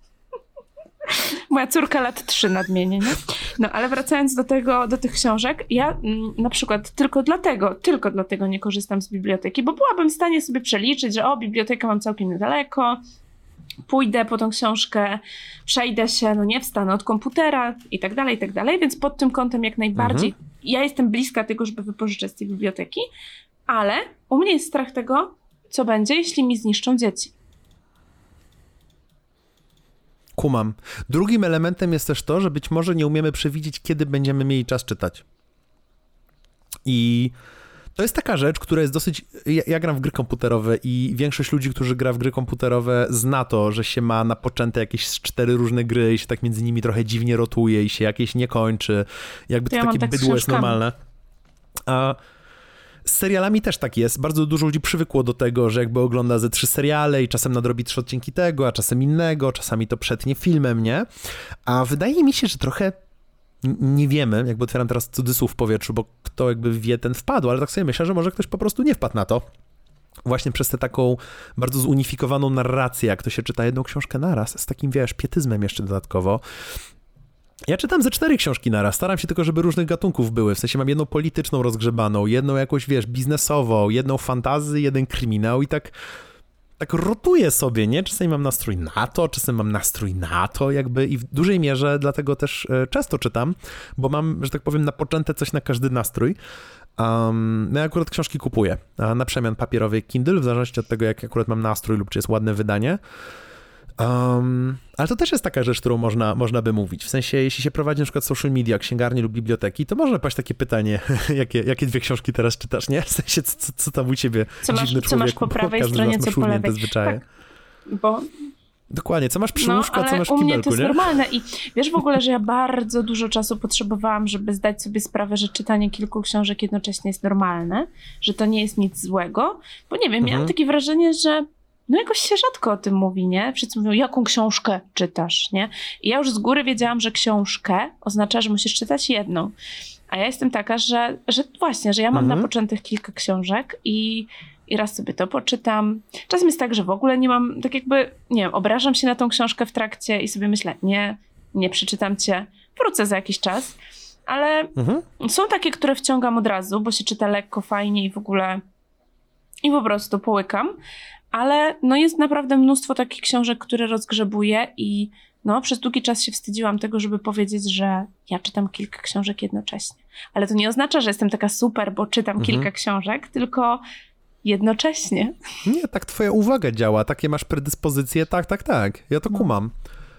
Moja córka lat trzy nadmienię, nie? No, ale wracając do tego, do tych książek, ja mm, na przykład tylko dlatego, tylko dlatego nie korzystam z biblioteki, bo byłabym w stanie sobie przeliczyć, że o, bibliotekę mam całkiem niedaleko, pójdę po tą książkę, przejdę się, no nie, wstanę od komputera i tak dalej, i tak dalej, więc pod tym kątem jak najbardziej mhm. ja jestem bliska tego, żeby wypożyczać z tej biblioteki, ale u mnie jest strach tego, co będzie, jeśli mi zniszczą dzieci. Kumam. Drugim elementem jest też to, że być może nie umiemy przewidzieć, kiedy będziemy mieli czas czytać. I to jest taka rzecz, która jest dosyć... Ja, ja gram w gry komputerowe i większość ludzi, którzy gra w gry komputerowe, zna to, że się ma napoczęte jakieś cztery różne gry i się tak między nimi trochę dziwnie rotuje i się jakieś nie kończy. Jakby to ja takie tak bydło jest normalne. A z serialami też tak jest. Bardzo dużo ludzi przywykło do tego, że jakby ogląda ze trzy seriale i czasem nadrobi trzy odcinki tego, a czasem innego, czasami to przetnie filmem, nie? A wydaje mi się, że trochę nie wiemy, jakby otwieram teraz cudzysłów w powietrzu, bo kto jakby wie, ten wpadł, ale tak sobie myślę, że może ktoś po prostu nie wpadł na to. Właśnie przez tę taką bardzo zunifikowaną narrację, jak to się czyta jedną książkę naraz, z takim, wiesz, pietyzmem jeszcze dodatkowo. Ja czytam ze cztery książki naraz, staram się tylko, żeby różnych gatunków były, w sensie mam jedną polityczną rozgrzebaną, jedną jakąś, wiesz, biznesową, jedną fantasy, jeden kryminał i tak, tak rotuję sobie, nie? Czasami mam nastrój na to, czasem mam nastrój na to, jakby i w dużej mierze dlatego też e, często czytam, bo mam, że tak powiem, napoczęte coś na każdy nastrój. Um, no ja akurat książki kupuję, a na przemian papierowy Kindle, w zależności od tego, jak akurat mam nastrój lub czy jest ładne wydanie. Um, ale to też jest taka rzecz, którą można, można by mówić. W sensie, jeśli się prowadzi na przykład social media, księgarnie lub biblioteki, to można paść takie pytanie, jakie, jakie dwie książki teraz czytasz, nie? W sensie, co, co, co tam u ciebie, co masz, dziwny co człowiek, masz po prawej stronie, co po lewej. zwyczaje. Tak, bo... Dokładnie, co masz przy no, łóżku, a co masz w u kibelku, mnie to jest nie? normalne i wiesz w ogóle, że ja bardzo dużo czasu potrzebowałam, żeby zdać sobie sprawę, że czytanie kilku książek jednocześnie jest normalne, że to nie jest nic złego, bo nie wiem, Mhm. miałam takie wrażenie, że no jakoś się rzadko o tym mówi, nie? Wszyscy mówią, jaką książkę czytasz, nie? I ja już z góry wiedziałam, że książkę oznacza, że musisz czytać jedną. A ja jestem taka, że, że właśnie, że ja mam mhm. na początek kilka książek i, i raz sobie to poczytam. Czasem jest tak, że w ogóle nie mam, tak jakby, nie wiem, obrażam się na tą książkę w trakcie i sobie myślę, nie, nie przeczytam cię, wrócę za jakiś czas. Ale mhm. są takie, które wciągam od razu, bo się czyta lekko, fajnie i w ogóle i po prostu połykam. Ale no jest naprawdę mnóstwo takich książek, które rozgrzebuję i no przez długi czas się wstydziłam tego, żeby powiedzieć, że ja czytam kilka książek jednocześnie. Ale to nie oznacza, że jestem taka super, bo czytam mhm. kilka książek, tylko jednocześnie. Nie, tak twoja uwaga działa, takie masz predyspozycje, tak, tak, tak, ja to no. kumam.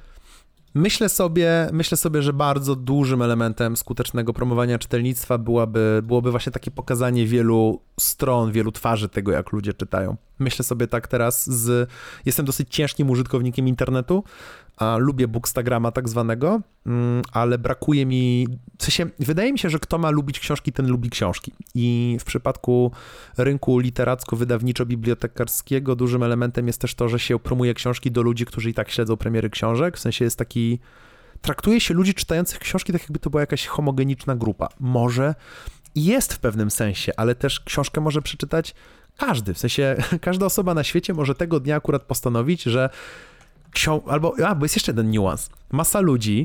Myślę sobie, myślę sobie, że bardzo dużym elementem skutecznego promowania czytelnictwa byłaby, byłoby właśnie takie pokazanie wielu stron, wielu twarzy tego, jak ludzie czytają. Myślę sobie tak teraz z... Jestem dosyć ciężkim użytkownikiem internetu, a lubię bookstagrama tak zwanego, ale brakuje mi... W sensie, wydaje mi się, że kto ma lubić książki, ten lubi książki. I w przypadku rynku literacko-wydawniczo-bibliotekarskiego dużym elementem jest też to, że się promuje książki do ludzi, którzy i tak śledzą premiery książek. W sensie jest taki... Traktuje się ludzi czytających książki tak, jakby to była jakaś homogeniczna grupa. Może jest w pewnym sensie, ale też książkę może przeczytać każdy. W sensie każda osoba na świecie może tego dnia akurat postanowić, że książ... Albo, a, bo jest jeszcze jeden niuans. Masa ludzi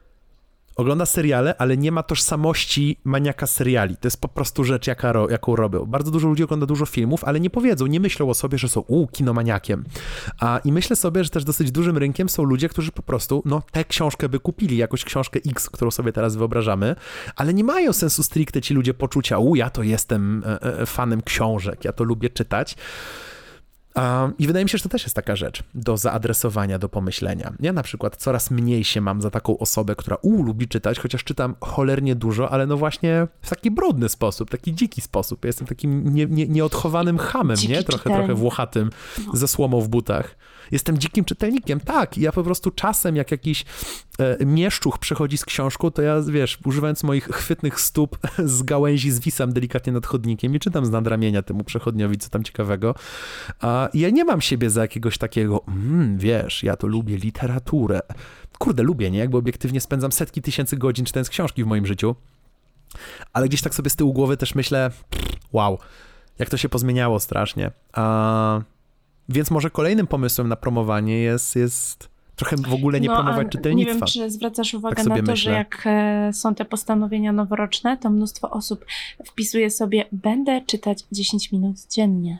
ogląda seriale, ale nie ma tożsamości maniaka seriali. To jest po prostu rzecz, jaka ro, jaką robią. Bardzo dużo ludzi ogląda dużo filmów, ale nie powiedzą, nie myślą o sobie, że są u, kinomaniakiem. A, I myślę sobie, że też dosyć dużym rynkiem są ludzie, którzy po prostu, no, tę książkę by kupili, jakąś książkę X, którą sobie teraz wyobrażamy, ale nie mają sensu stricte ci ludzie poczucia, u, ja to jestem e, e, fanem książek, ja to lubię czytać. Um, I wydaje mi się, że to też jest taka rzecz do zaadresowania, do pomyślenia. Ja na przykład coraz mniej się mam za taką osobę, która u, lubi czytać, chociaż czytam cholernie dużo, ale no właśnie w taki brudny sposób, taki dziki sposób. Ja jestem takim nie, nie, nieodchowanym chamem, dziki nie? Trochę, trochę włochatym, no. ze słomą w butach. Jestem dzikim czytelnikiem, tak. Ja po prostu czasem, jak jakiś e, mieszczuch przychodzi z książką, to ja, wiesz, używając moich chwytnych stóp z gałęzi zwisam delikatnie nad chodnikiem i czytam z nadramienia temu przechodniowi, co tam ciekawego. A ja nie mam siebie za jakiegoś takiego, mm, wiesz, ja to lubię literaturę. Kurde, lubię, nie? Jakby obiektywnie spędzam setki tysięcy godzin czytając książki w moim życiu. Ale gdzieś tak sobie z tyłu głowy też myślę, wow, jak to się pozmieniało strasznie. A... Więc może kolejnym pomysłem na promowanie jest, jest trochę w ogóle nie no, promować czytelnictwa. Nie wiem, czy zwracasz uwagę tak na to, myślę. że jak są te postanowienia noworoczne, to mnóstwo osób wpisuje sobie, będę czytać dziesięć minut dziennie.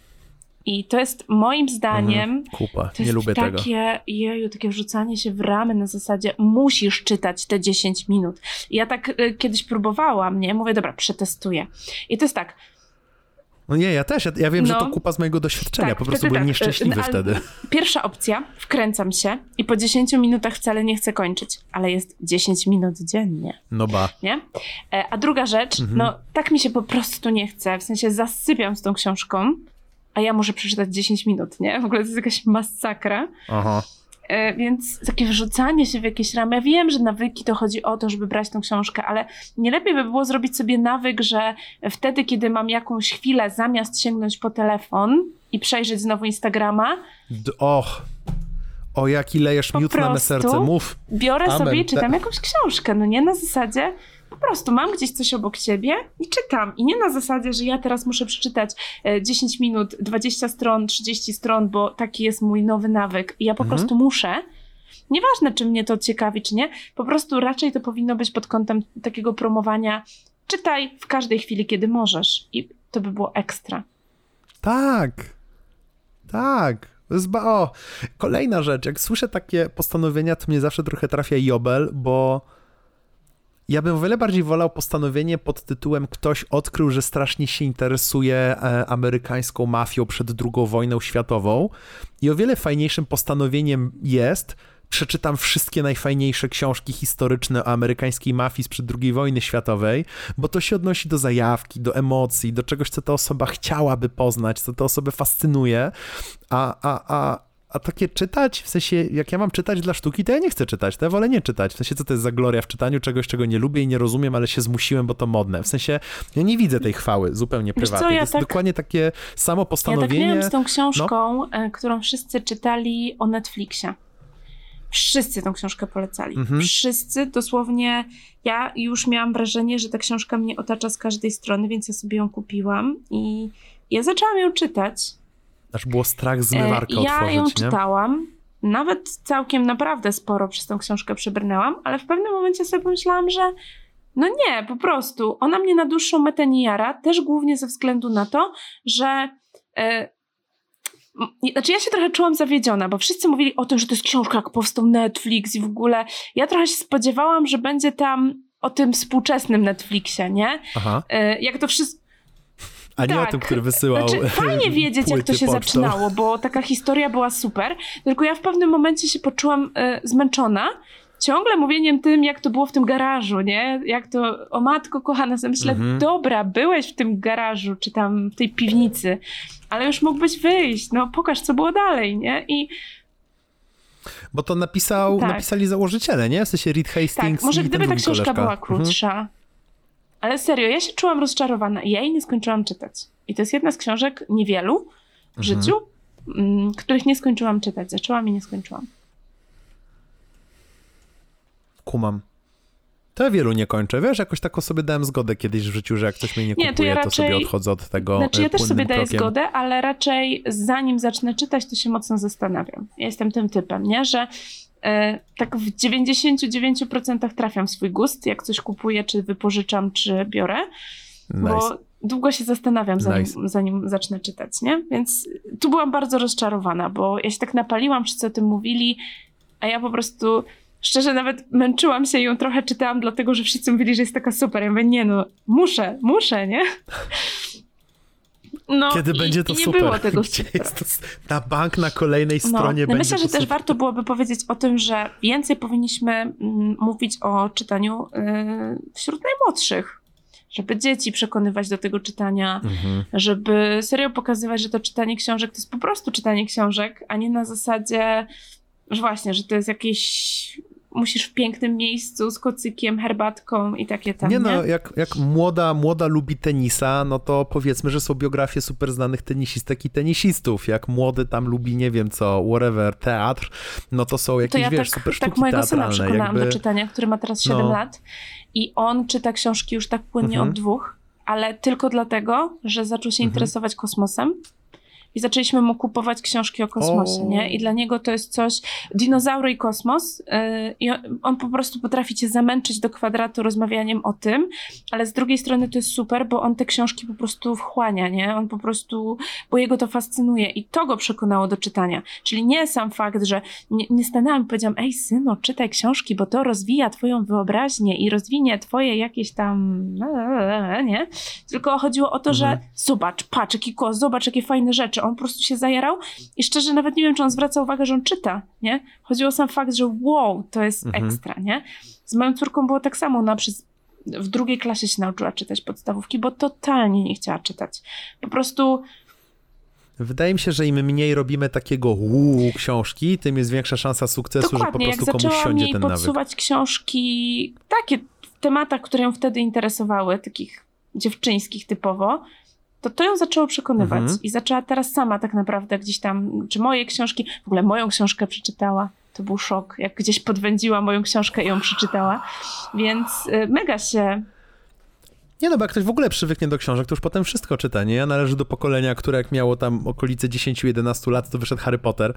I to jest moim zdaniem, mhm, kupa, to nie jest lubię takie, tego. Jeju, takie wrzucanie się w ramy na zasadzie musisz czytać te dziesięć minut. I ja tak y, kiedyś próbowałam, nie? Mówię, dobra, przetestuję. I to jest tak, no nie, ja też. Ja, ja wiem, no, że to kupa z mojego doświadczenia. Tak, po prostu wtedy byłem tak, nieszczęśliwy no, wtedy. Pierwsza opcja, wkręcam się i po dziesięciu minutach wcale nie chcę kończyć, ale jest dziesięć minut dziennie. No ba. Nie? A druga rzecz, mhm. no tak mi się po prostu nie chce, w sensie zasypiam z tą książką, a ja muszę przeczytać dziesięć minut, nie? W ogóle to jest jakaś masakra. Aha. Więc takie wrzucanie się w jakieś ramy. Ja wiem, że nawyki to chodzi o to, żeby brać tą książkę, ale nie lepiej by było zrobić sobie nawyk, że wtedy, kiedy mam jakąś chwilę, zamiast sięgnąć po telefon i przejrzeć znowu Instagrama... D- och, o jaki lejesz miód na me serce, mów. Biorę Amen. sobie i czytam jakąś książkę, no nie na zasadzie... Po prostu mam gdzieś coś obok siebie i czytam. I nie na zasadzie, że ja teraz muszę przeczytać dziesięć minut, dwadzieścia stron, trzydzieści stron, bo taki jest mój nowy nawyk. I ja po mhm. prostu muszę. Nieważne, czy mnie to ciekawi, czy nie. Po prostu raczej to powinno być pod kątem takiego promowania. Czytaj w każdej chwili, kiedy możesz. I to by było ekstra. Tak. Tak. Zba- o. Kolejna rzecz. Jak słyszę takie postanowienia, to mnie zawsze trochę trafia jobel, bo ja bym o wiele bardziej wolał postanowienie pod tytułem ktoś odkrył, że strasznie się interesuje e, amerykańską mafią przed drugą wojną światową i o wiele fajniejszym postanowieniem jest przeczytam wszystkie najfajniejsze książki historyczne o amerykańskiej mafii sprzed drugiej wojny światowej, bo to się odnosi do zajawki, do emocji, do czegoś, co ta osoba chciałaby poznać, co tę osobę fascynuje, a, a, a a takie czytać, w sensie, jak ja mam czytać dla sztuki, to ja nie chcę czytać, to ja wolę nie czytać. W sensie, co to jest za gloria w czytaniu czegoś, czego nie lubię i nie rozumiem, ale się zmusiłem, bo to modne. W sensie, ja nie widzę tej chwały zupełnie prywatnie. Co, ja to jest tak, dokładnie takie samo postanowienie. Ja tak miałam z tą książką, no. którą wszyscy czytali o Netflixie. Wszyscy tą książkę polecali. Mhm. Wszyscy, dosłownie, ja już miałam wrażenie, że ta książka mnie otacza z każdej strony, więc ja sobie ją kupiłam i ja zaczęłam ją czytać. Aż było strach zmywarkę otworzyć, Ja ją nie? czytałam, nawet całkiem naprawdę sporo przez tą książkę przebrnęłam, ale w pewnym momencie sobie pomyślałam, że no nie, po prostu, ona mnie na dłuższą metę nie jara, też głównie ze względu na to, że e, znaczy ja się trochę czułam zawiedziona, bo wszyscy mówili o tym, że to jest książka, jak powstał Netflix i w ogóle ja trochę się spodziewałam, że będzie tam o tym współczesnym Netflixie, nie? Aha. E, jak to wszystko A nie tak. o tym, który wysyłał. Znaczy, fajnie wiedzieć, jak to się pocztą. zaczynało, bo taka historia była super, tylko ja w pewnym momencie się poczułam y, zmęczona, ciągle mówieniem tym, jak to było w tym garażu, nie? Jak to, o matko kochana, sobie myślę, mhm. dobra, byłeś w tym garażu, czy tam w tej piwnicy, ale już mógłbyś wyjść, no pokaż, co było dalej, nie? I bo to napisał, tak. napisali założyciele, nie? W sensie Reed Hastings. Tak, może i gdyby ta książka koleżka. była krótsza, mhm. ale serio, ja się czułam rozczarowana i ja jej nie skończyłam czytać. I to jest jedna z książek, niewielu w mhm. życiu, m, których nie skończyłam czytać. Zaczęłam i nie skończyłam. Kumam. To ja wielu nie kończę. Wiesz, jakoś taką sobie dałem zgodę kiedyś w życiu, że jak ktoś mnie nie kupuje, nie, to, ja raczej, to sobie odchodzę od tego. Znaczy ja też sobie daję krokiem. zgodę, ale raczej zanim zacznę czytać, to się mocno zastanawiam. Ja jestem tym typem, nie? Że e, tak w dziewięćdziesiąt dziewięć procent trafiam w swój gust, jak coś kupuję, czy wypożyczam, czy biorę, nice. Bo długo się zastanawiam, zanim, nice. zanim zacznę czytać, nie? Więc tu byłam bardzo rozczarowana, bo ja się tak napaliłam, wszyscy o tym mówili, a ja po prostu szczerze nawet męczyłam się i ją trochę czytałam, dlatego że wszyscy mówili, że jest taka super. Ja mówię, nie no, muszę, muszę, nie? No, kiedy i, będzie to i nie super? było tego Gdzie jest to, na bank na kolejnej stronie no, będzie myślę, że to też super. warto byłoby powiedzieć o tym, że więcej powinniśmy mm, mówić o czytaniu yy, wśród najmłodszych. Żeby dzieci przekonywać do tego czytania, mhm. żeby serio pokazywać, że to czytanie książek to jest po prostu czytanie książek, a nie na zasadzie, że właśnie, że to jest jakieś... musisz w pięknym miejscu z kocykiem, herbatką i takie tam, nie? Nie no, jak, jak młoda, młoda lubi tenisa, no to powiedzmy, że są biografie super znanych tenisistek i tenisistów. Jak młody tam lubi, nie wiem co, whatever, teatr, no to są jakieś, to ja wiesz, tak, super sztuki tak mojego teatralne. syna przekonałam jakby... do czytania, który ma teraz siedem no. lat i on czyta książki już tak płynnie mhm. od dwóch, ale tylko dlatego, że zaczął się mhm. interesować kosmosem. I zaczęliśmy mu kupować książki o kosmosie, o. nie? I dla niego to jest coś... Dinozaury i kosmos. Yy, I on, on po prostu potrafi cię zamęczyć do kwadratu rozmawianiem o tym, ale z drugiej strony to jest super, bo on te książki po prostu wchłania, nie? On po prostu... Bo jego to fascynuje i to go przekonało do czytania. Czyli nie sam fakt, że nie, nie stanęłam i powiedziałam, ej syno, czytaj książki, bo to rozwija twoją wyobraźnię i rozwinie twoje jakieś tam... nie? Tylko chodziło o to, mhm. że zobacz, patrz, jaki kos, zobacz, jakie fajne rzeczy. On po prostu się zajarał i szczerze nawet nie wiem, czy on zwraca uwagę, że on czyta, nie? Chodziło o sam fakt, że wow, to jest mhm. ekstra, nie? Z moją córką było tak samo, ona przez, w drugiej klasie się nauczyła czytać podstawówki, bo totalnie nie chciała czytać. Po prostu... Wydaje mi się, że im mniej robimy takiego uuu książki, tym jest większa szansa sukcesu, dokładnie, że po prostu komuś siądzie ten nawyk. Jak zaczęłam jej podsuwać książki takie w tematach, które ją wtedy interesowały, takich dziewczyńskich typowo, to to ją zaczęło przekonywać mhm. i zaczęła teraz sama tak naprawdę gdzieś tam, czy moje książki, w ogóle moją książkę przeczytała, to był szok, jak gdzieś podwędziła moją książkę i ją przeczytała, więc y, mega się... Nie no, bo jak ktoś w ogóle przywyknie do książek, to już potem wszystko czyta, nie? Ja należę do pokolenia, które jak miało tam okolice dziesięć jedenaście lat, to wyszedł Harry Potter,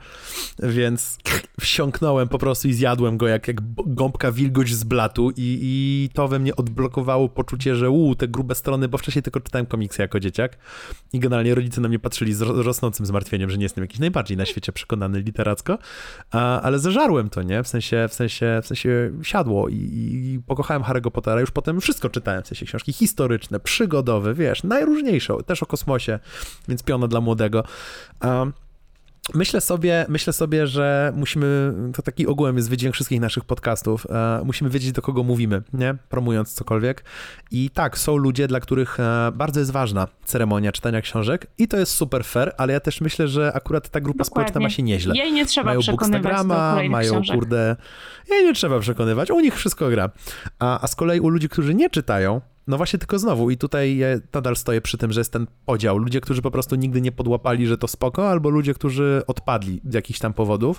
więc wsiąknąłem po prostu i zjadłem go jak, jak gąbka wilgoć z blatu i, i to we mnie odblokowało poczucie, że uuu, te grube strony, bo wcześniej tylko czytałem komiksy jako dzieciak i generalnie rodzice na mnie patrzyli z rosnącym zmartwieniem, że nie jestem jakiś najbardziej na świecie przekonany literacko, a, ale zażarłem to, nie? W sensie, w sensie, w sensie siadło i, i pokochałem Harry'ego Pottera, już potem wszystko czytałem, w sensie książki historyczne, przygodowe, wiesz, najróżniejsze, też o kosmosie, więc piona dla młodego. Um, Myślę sobie, myślę sobie, że musimy, to taki ogółem jest wydźwięk wszystkich naszych podcastów, e, musimy wiedzieć, do kogo mówimy, nie? Promując cokolwiek. I tak, są ludzie, dla których e, bardzo jest ważna ceremonia czytania książek i to jest super fair, ale ja też myślę, że akurat ta grupa Dokładnie. społeczna ma się nieźle. Jej nie trzeba mają przekonywać Bookstagrama, do kolejnych mają, książek. kurde, jej nie trzeba przekonywać, u nich wszystko gra. A, a z kolei u ludzi, którzy nie czytają, no właśnie tylko znowu i tutaj ja nadal stoję przy tym, że jest ten podział. Ludzie, którzy po prostu nigdy nie podłapali, że to spoko, albo ludzie, którzy odpadli z jakichś tam powodów.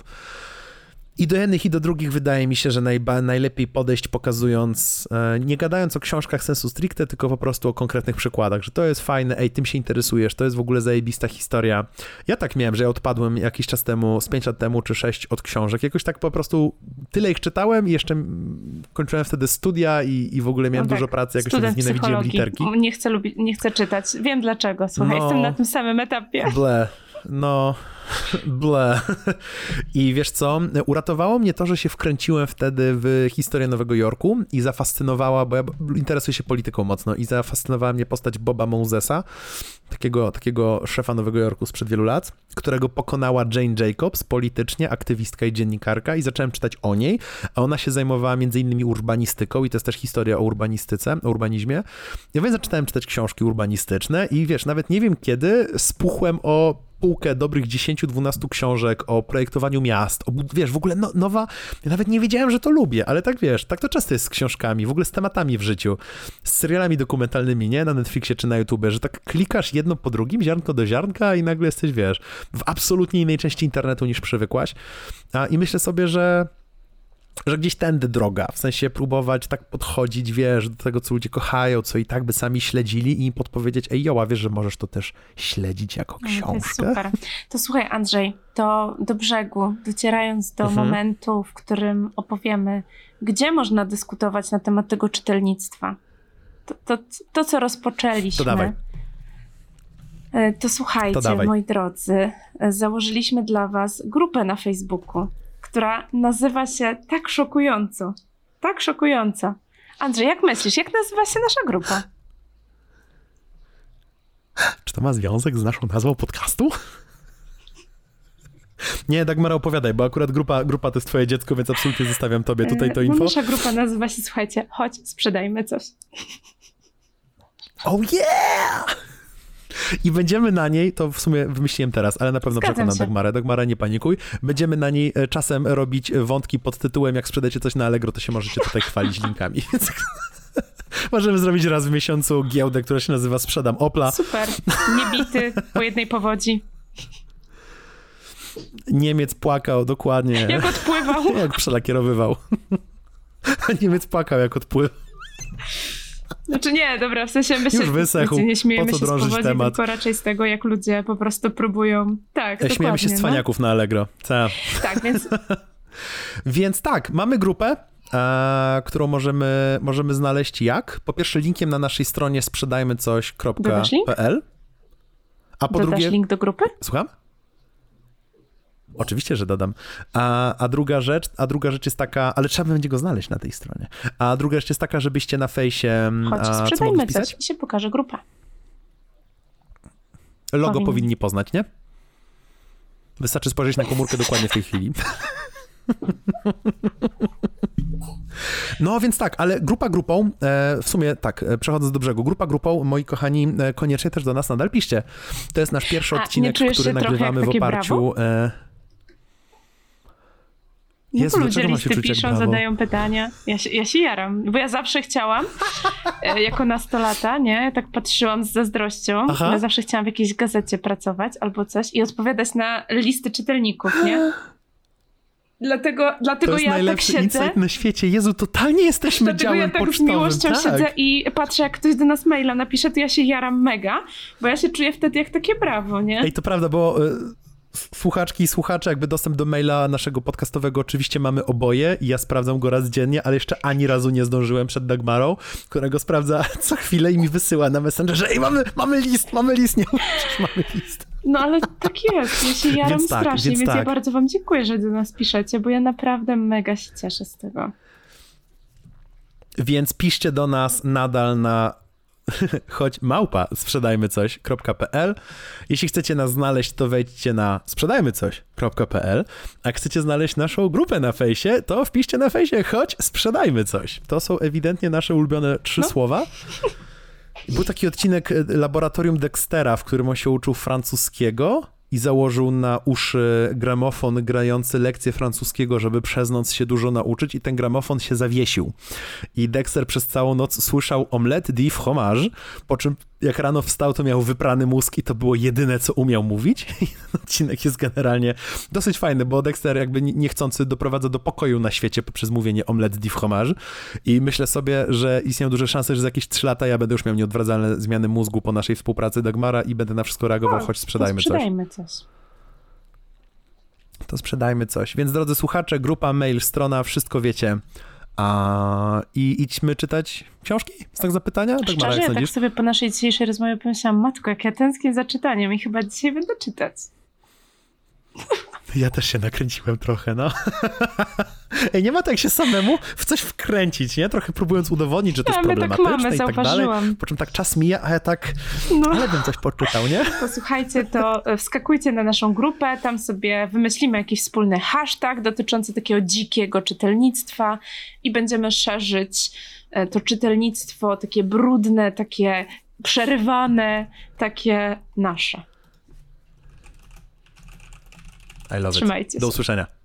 I do jednych i do drugich wydaje mi się, że najba, najlepiej podejść pokazując, e, nie gadając o książkach sensu stricte, tylko po prostu o konkretnych przykładach, że to jest fajne, ej, tym się interesujesz, to jest w ogóle zajebista historia. Ja tak miałem, że ja odpadłem jakiś czas temu, z pięć lat temu czy sześć od książek. Jakoś tak po prostu tyle ich czytałem i jeszcze kończyłem wtedy studia i, i w ogóle miałem No tak, dużo pracy, jakoś student wtedy znienawidziłem literki. Nie chcę, lubi, nie chcę czytać. Wiem dlaczego, słuchaj, No, jestem na tym samym etapie. Ble. No, ble. I wiesz co, uratowało mnie to, że się wkręciłem wtedy w historię Nowego Jorku i zafascynowała, bo ja interesuję się polityką mocno i zafascynowała mnie postać Boba Mosesa, takiego, takiego szefa Nowego Jorku sprzed wielu lat, którego pokonała Jane Jacobs, politycznie, aktywistka i dziennikarka i zacząłem czytać o niej, a ona się zajmowała między innymi urbanistyką i to jest też historia o urbanistyce, o urbanizmie. Ja więc zaczynałem czytać książki urbanistyczne i wiesz, nawet nie wiem kiedy spuchłem o półkę dobrych dziesięć dwanaście książek o projektowaniu miast, o, wiesz, w ogóle no, nowa, ja nawet nie wiedziałem, że to lubię, ale tak wiesz, tak to często jest z książkami, w ogóle z tematami w życiu, z serialami dokumentalnymi, nie, na Netflixie czy na YouTube, że tak klikasz jedno po drugim, ziarnko do ziarnka i nagle jesteś, wiesz, w absolutnie innej części internetu niż przywykłaś. A, i myślę sobie, że że gdzieś tędy droga, w sensie próbować tak podchodzić, wiesz, do tego, co ludzie kochają, co i tak by sami śledzili i im podpowiedzieć, ej, joła, wiesz, że możesz to też śledzić jako książkę. To jest super. To słuchaj, Andrzej, to do brzegu, docierając do mhm. momentu, w którym opowiemy, gdzie można dyskutować na temat tego czytelnictwa. To, to, to co rozpoczęliśmy. To dawaj. To słuchajcie, to moi drodzy, założyliśmy dla was grupę na Facebooku, która nazywa się tak szokująco. Tak szokująco. Andrzej, jak myślisz, jak nazywa się nasza grupa? Czy to ma związek z naszą nazwą podcastu? Nie, Dagmara, opowiadaj, bo akurat grupa, grupa to jest twoje dziecko, więc absolutnie zostawiam tobie tutaj to info. No, nasza grupa nazywa się, słuchajcie, chodź, sprzedajmy coś. Oh yeah! I będziemy na niej, to w sumie wymyśliłem teraz, ale na pewno Zgadzam przekonam się. Dagmarę. Dagmara, nie panikuj. Będziemy na niej czasem robić wątki pod tytułem jak sprzedajecie coś na Allegro, to się możecie tutaj chwalić linkami. Więc możemy zrobić raz w miesiącu giełdę, która się nazywa Sprzedam Opla. Super. Niebity po jednej powodzi. Niemiec płakał, dokładnie. Jak odpływał. Jak przelakierowywał. Niemiec płakał, jak odpływał. Znaczy nie, dobra, w sensie my się Już wysechł, wiecie, nie śmiejemy po co się z powodzi, temat? tylko raczej z tego, jak ludzie po prostu próbują. Tak, Śmiejemy dokładnie, się z cwaniaków no. na Allegro. Ta. Tak, więc... Więc tak, mamy grupę, e, którą możemy, możemy znaleźć jak? Po pierwsze linkiem na naszej stronie sprzedajmy coś kropka p l. A po Dodasz drugie... link do grupy? Słucham? Oczywiście, że dodam. A, a, druga rzecz, a druga rzecz jest taka, ale trzeba będzie go znaleźć na tej stronie. A druga rzecz jest taka, żebyście na fejsie... Chodź, a, sprzedajmy coś i się pokaże grupa. Logo Powinni. powinni poznać, nie? Wystarczy spojrzeć na komórkę dokładnie w tej chwili. No więc tak, ale grupa grupą, e, w sumie tak, e, przechodząc do brzegu, grupa grupą, moi kochani, e, koniecznie też do nas nadal piszcie. To jest nasz pierwszy A, odcinek, który nagrywamy w oparciu... E, No Jezu, to ludzie dlaczego mam się listy czuć jak piszą, brawo? zadają pytania. Ja się, ja się jaram, bo ja zawsze chciałam, e, jako nastolata, nie? Ja tak patrzyłam z zazdrością. Aha. Ja zawsze chciałam w jakiejś gazecie pracować albo coś i odpowiadać na listy czytelników, nie? Dlatego, dlatego to jest ja tak najlepszy siedzę. insight na świecie. Jezu, totalnie jesteśmy Dlatego działem ja tak pocztowym. z miłością tak. siedzę i patrzę, jak ktoś do nas maila napisze, to ja się jaram mega, bo ja się czuję wtedy jak takie brawo, nie? Ej, to prawda, bo y, słuchaczki i słuchacze, jakby dostęp do maila naszego podcastowego oczywiście mamy oboje i ja sprawdzam go raz dziennie, ale jeszcze ani razu nie zdążyłem przed Dagmarą, którego sprawdza co chwilę i mi wysyła na Messengerze: ej, mamy, mamy list, mamy list, nie uwierzysz, mamy list. No ale tak jest, ja się jaram Więc tak, strasznie, więc więc, tak. ja bardzo wam dziękuję, że do nas piszecie, bo ja naprawdę mega się cieszę z tego. Więc piszcie do nas nadal na choć małpa sprzedajmy coś kropka p l. Jeśli chcecie nas znaleźć, to wejdźcie na sprzedajmy coś kropka p l, a chcecie znaleźć naszą grupę na fejsie, to wpiszcie na fejsie choć sprzedajmy coś. To są ewidentnie nasze ulubione trzy no. słowa. Był taki odcinek Laboratorium Dextera, w którym on się uczył francuskiego i założył na uszy gramofon grający lekcję francuskiego, żeby przez noc się dużo nauczyć i ten gramofon się zawiesił. I Dexter przez całą noc słyszał omelette de fromage, po czym jak rano wstał, to miał wyprany mózg i to było jedyne, co umiał mówić. I ten odcinek jest generalnie dosyć fajny, bo Dexter jakby niechcący doprowadza do pokoju na świecie poprzez mówienie omelette de fromage i myślę sobie, że istnieją duże szanse, że za jakieś trzy lata ja będę już miał nieodwracalne zmiany mózgu po naszej współpracy Dagmara i będę na wszystko reagował, o, choć sprzedajmy, sprzedajmy coś. coś. To sprzedajmy coś. Więc drodzy słuchacze, grupa, mail, strona, wszystko wiecie. A, I idźmy czytać książki? Znak zapytania? Tak, Szczerze, Mara, jak ja tak sobie po naszej dzisiejszej rozmowie pomyślałam, matko, jak ja tęsknię za czytaniem i chyba dzisiaj będę czytać. Ja też się nakręciłem trochę, no. Ej, nie ma tak się samemu w coś wkręcić, nie? Trochę próbując udowodnić, że to ja, jest problematyczne tak mamy, i tak dalej. Po czym tak czas mija, a ja tak, no. ale bym coś poczytał, nie? Posłuchajcie, to wskakujcie na naszą grupę, tam sobie wymyślimy jakiś wspólny hashtag dotyczący takiego dzikiego czytelnictwa i będziemy szerzyć to czytelnictwo takie brudne, takie przerywane, takie nasze. I love Trzymajcie it. Do usłyszenia.